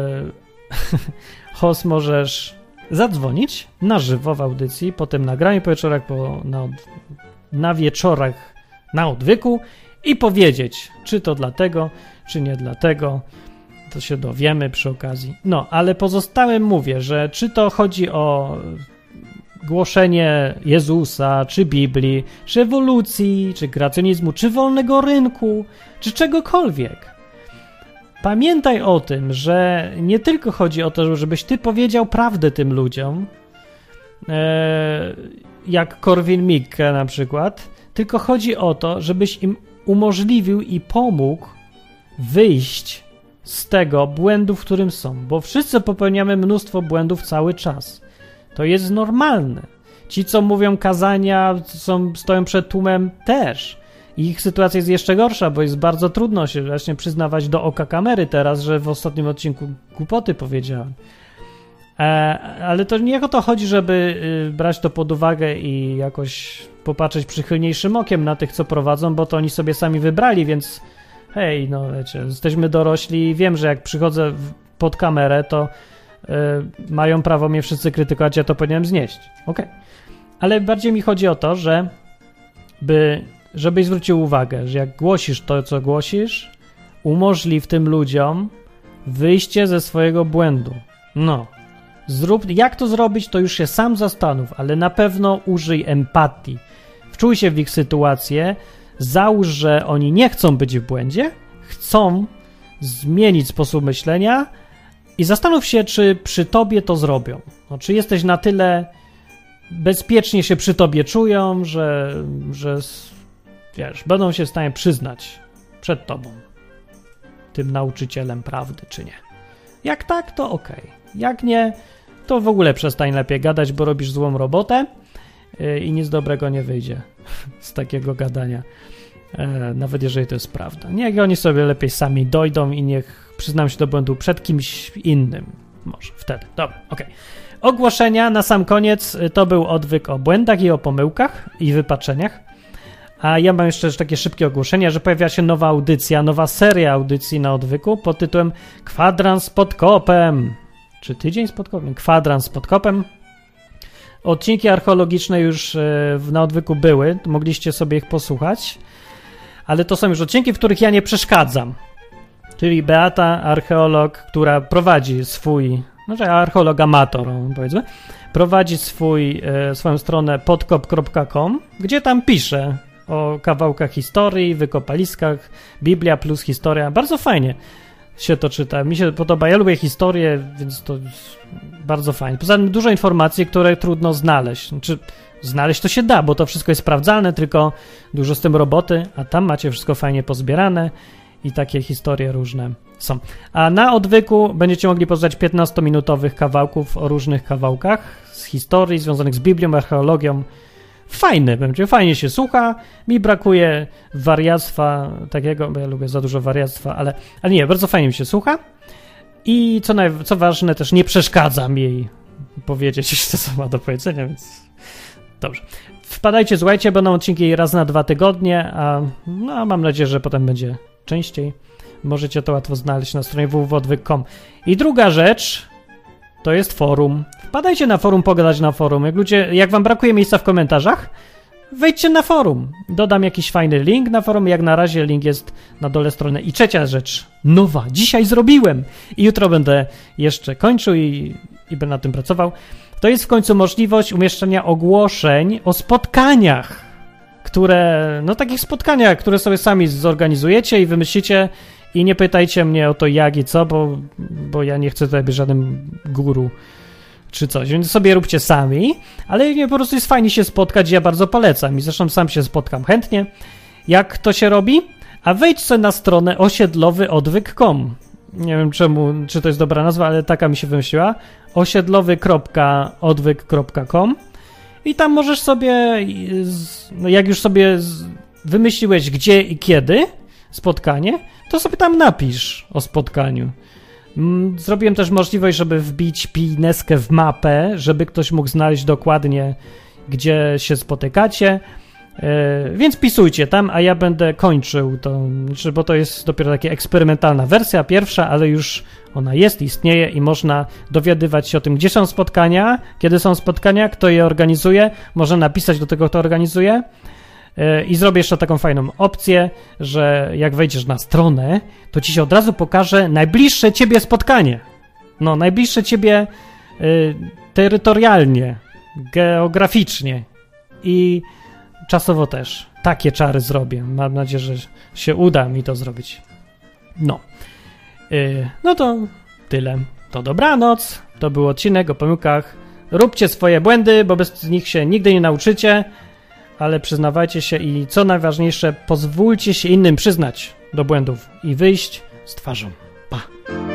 [SPEAKER 1] E, Hoss możesz zadzwonić na żywo w audycji, potem nagranie po wieczorach, po, na, od, na wieczorach na odwyku i powiedzieć, czy to dlatego, czy nie dlatego. To się dowiemy przy okazji. No, ale pozostałym mówię, że czy to chodzi o głoszenie Jezusa, czy Biblii, czy ewolucji, czy kreacjonizmu, czy wolnego rynku, czy czegokolwiek. Pamiętaj o tym, że nie tylko chodzi o to, żebyś ty powiedział prawdę tym ludziom, e, jak Korwin-Mikke na przykład, tylko chodzi o to, żebyś im umożliwił i pomógł wyjść z tego błędu, w którym są, bo wszyscy popełniamy mnóstwo błędów cały czas. To jest normalne. Ci, co mówią kazania, są, stoją przed tłumem też. Ich sytuacja jest jeszcze gorsza, bo jest bardzo trudno się właśnie przyznawać do oka kamery teraz, że w ostatnim odcinku głupoty powiedziałem. E, ale to nie o to chodzi, żeby y, brać to pod uwagę i jakoś popatrzeć przychylniejszym okiem na tych, co prowadzą, bo to oni sobie sami wybrali, więc hej, no wiecie, jesteśmy dorośli i wiem, że jak przychodzę w, pod kamerę, to y, mają prawo mnie wszyscy krytykować, ja to powinienem znieść. Okej. Okay. Ale bardziej mi chodzi o to, że by, żebyś zwrócił uwagę, że jak głosisz to, co głosisz, umożliw tym ludziom wyjście ze swojego błędu. No. Zrób, jak to zrobić, to już się sam zastanów, ale na pewno użyj empatii. Wczuj się w ich sytuację, załóż, że oni nie chcą być w błędzie, chcą zmienić sposób myślenia i zastanów się, czy przy tobie to zrobią. No, czy jesteś na tyle bezpiecznie się przy tobie czują, że, że wiesz, będą się w stanie przyznać przed tobą, tym nauczycielem prawdy, czy nie. Jak tak, to okej. Okay. Jak nie, to w ogóle przestań lepiej gadać, bo robisz złą robotę yy, i nic dobrego nie wyjdzie z takiego gadania. Yy, nawet jeżeli to jest prawda. Niech oni sobie lepiej sami dojdą i niech przyznam się do błędu przed kimś innym. Może wtedy. Dobra, okej. Okay. Ogłoszenia na sam koniec. To był odwyk o błędach i o pomyłkach i wypaczeniach. A ja mam jeszcze takie szybkie ogłoszenia, że pojawia się nowa audycja, nowa seria audycji na odwyku pod tytułem Kwadrans pod kopem. Czy tydzień z podkopem? Kwadrans z podkopem. Odcinki archeologiczne już na odwyku były, mogliście sobie ich posłuchać, ale to są już odcinki, w których ja nie przeszkadzam. Czyli Beata, archeolog, która prowadzi swój, znaczy archeolog amator, powiedzmy, prowadzi swój, swoją stronę podkop kropka com, gdzie tam pisze o kawałkach historii, wykopaliskach, Biblia plus historia. Bardzo fajnie się to czyta. Mi się podoba. Ja lubię historię, więc to bardzo fajnie. Poza tym dużo informacji, które trudno znaleźć. Znaczy, znaleźć to się da, bo to wszystko jest sprawdzalne, tylko dużo z tym roboty, a tam macie wszystko fajnie pozbierane i takie historie różne są. A na odwyku będziecie mogli poznać piętnastominutowych kawałków o różnych kawałkach z historii związanych z Biblią, archeologią. Fajne, będzie fajnie się słucha. Mi brakuje wariactwa takiego, bo ja lubię za dużo wariactwa, ale, ale nie, bardzo fajnie mi się słucha. I co, naj, co ważne, też nie przeszkadzam jej powiedzieć to, co ma do powiedzenia, więc dobrze. Wpadajcie, słuchajcie, będą odcinki raz na dwa tygodnie, a, no, a mam nadzieję, że potem będzie częściej. Możecie to łatwo znaleźć na stronie w w w kropka odwyk kropka com. I druga rzecz to jest forum. Wpadajcie na forum, pogadać na forum. Jak ludzie, jak wam brakuje miejsca w komentarzach, wejdźcie na forum. Dodam jakiś fajny link na forum. Jak na razie link jest na dole strony. I trzecia rzecz, nowa. Dzisiaj zrobiłem. I jutro będę jeszcze kończył i, i będę nad tym pracował. To jest w końcu możliwość umieszczenia ogłoszeń o spotkaniach, które, no takich spotkaniach, które sobie sami zorganizujecie i wymyślicie. I nie pytajcie mnie o to jak i co, bo, bo ja nie chcę tutaj być żadnym guru czy coś, więc sobie róbcie sami, ale nie, po prostu jest fajnie się spotkać, ja bardzo polecam i zresztą sam się spotkam chętnie. Jak to się robi? A wejdź sobie na stronę osiedlowy odwyk kropka com. Nie wiem czemu, czy to jest dobra nazwa, ale taka mi się wymyśliła. osiedlowy kropka odwyk kropka com i tam możesz sobie, no jak już sobie wymyśliłeś gdzie i kiedy spotkanie, to sobie tam napisz o spotkaniu. Zrobiłem też możliwość, żeby wbić pineskę w mapę, żeby ktoś mógł znaleźć dokładnie, gdzie się spotykacie. Więc pisujcie tam, a ja będę kończył to, bo to jest dopiero taka eksperymentalna wersja pierwsza, ale już ona jest, istnieje i można dowiadywać się o tym, gdzie są spotkania, kiedy są spotkania, kto je organizuje, można napisać do tego, kto organizuje i zrobię jeszcze taką fajną opcję, że jak wejdziesz na stronę, to ci się od razu pokaże najbliższe ciebie spotkanie. No, najbliższe ciebie y, terytorialnie, geograficznie i czasowo też. Takie czary zrobię. Mam nadzieję, że się uda mi to zrobić. No. Yy, no to tyle. To dobranoc. To był odcinek o pomyłkach. Róbcie swoje błędy, bo bez nich się nigdy nie nauczycie, ale przyznawajcie się i co najważniejsze, pozwólcie się innym przyznać do błędów i wyjść z twarzą. Pa.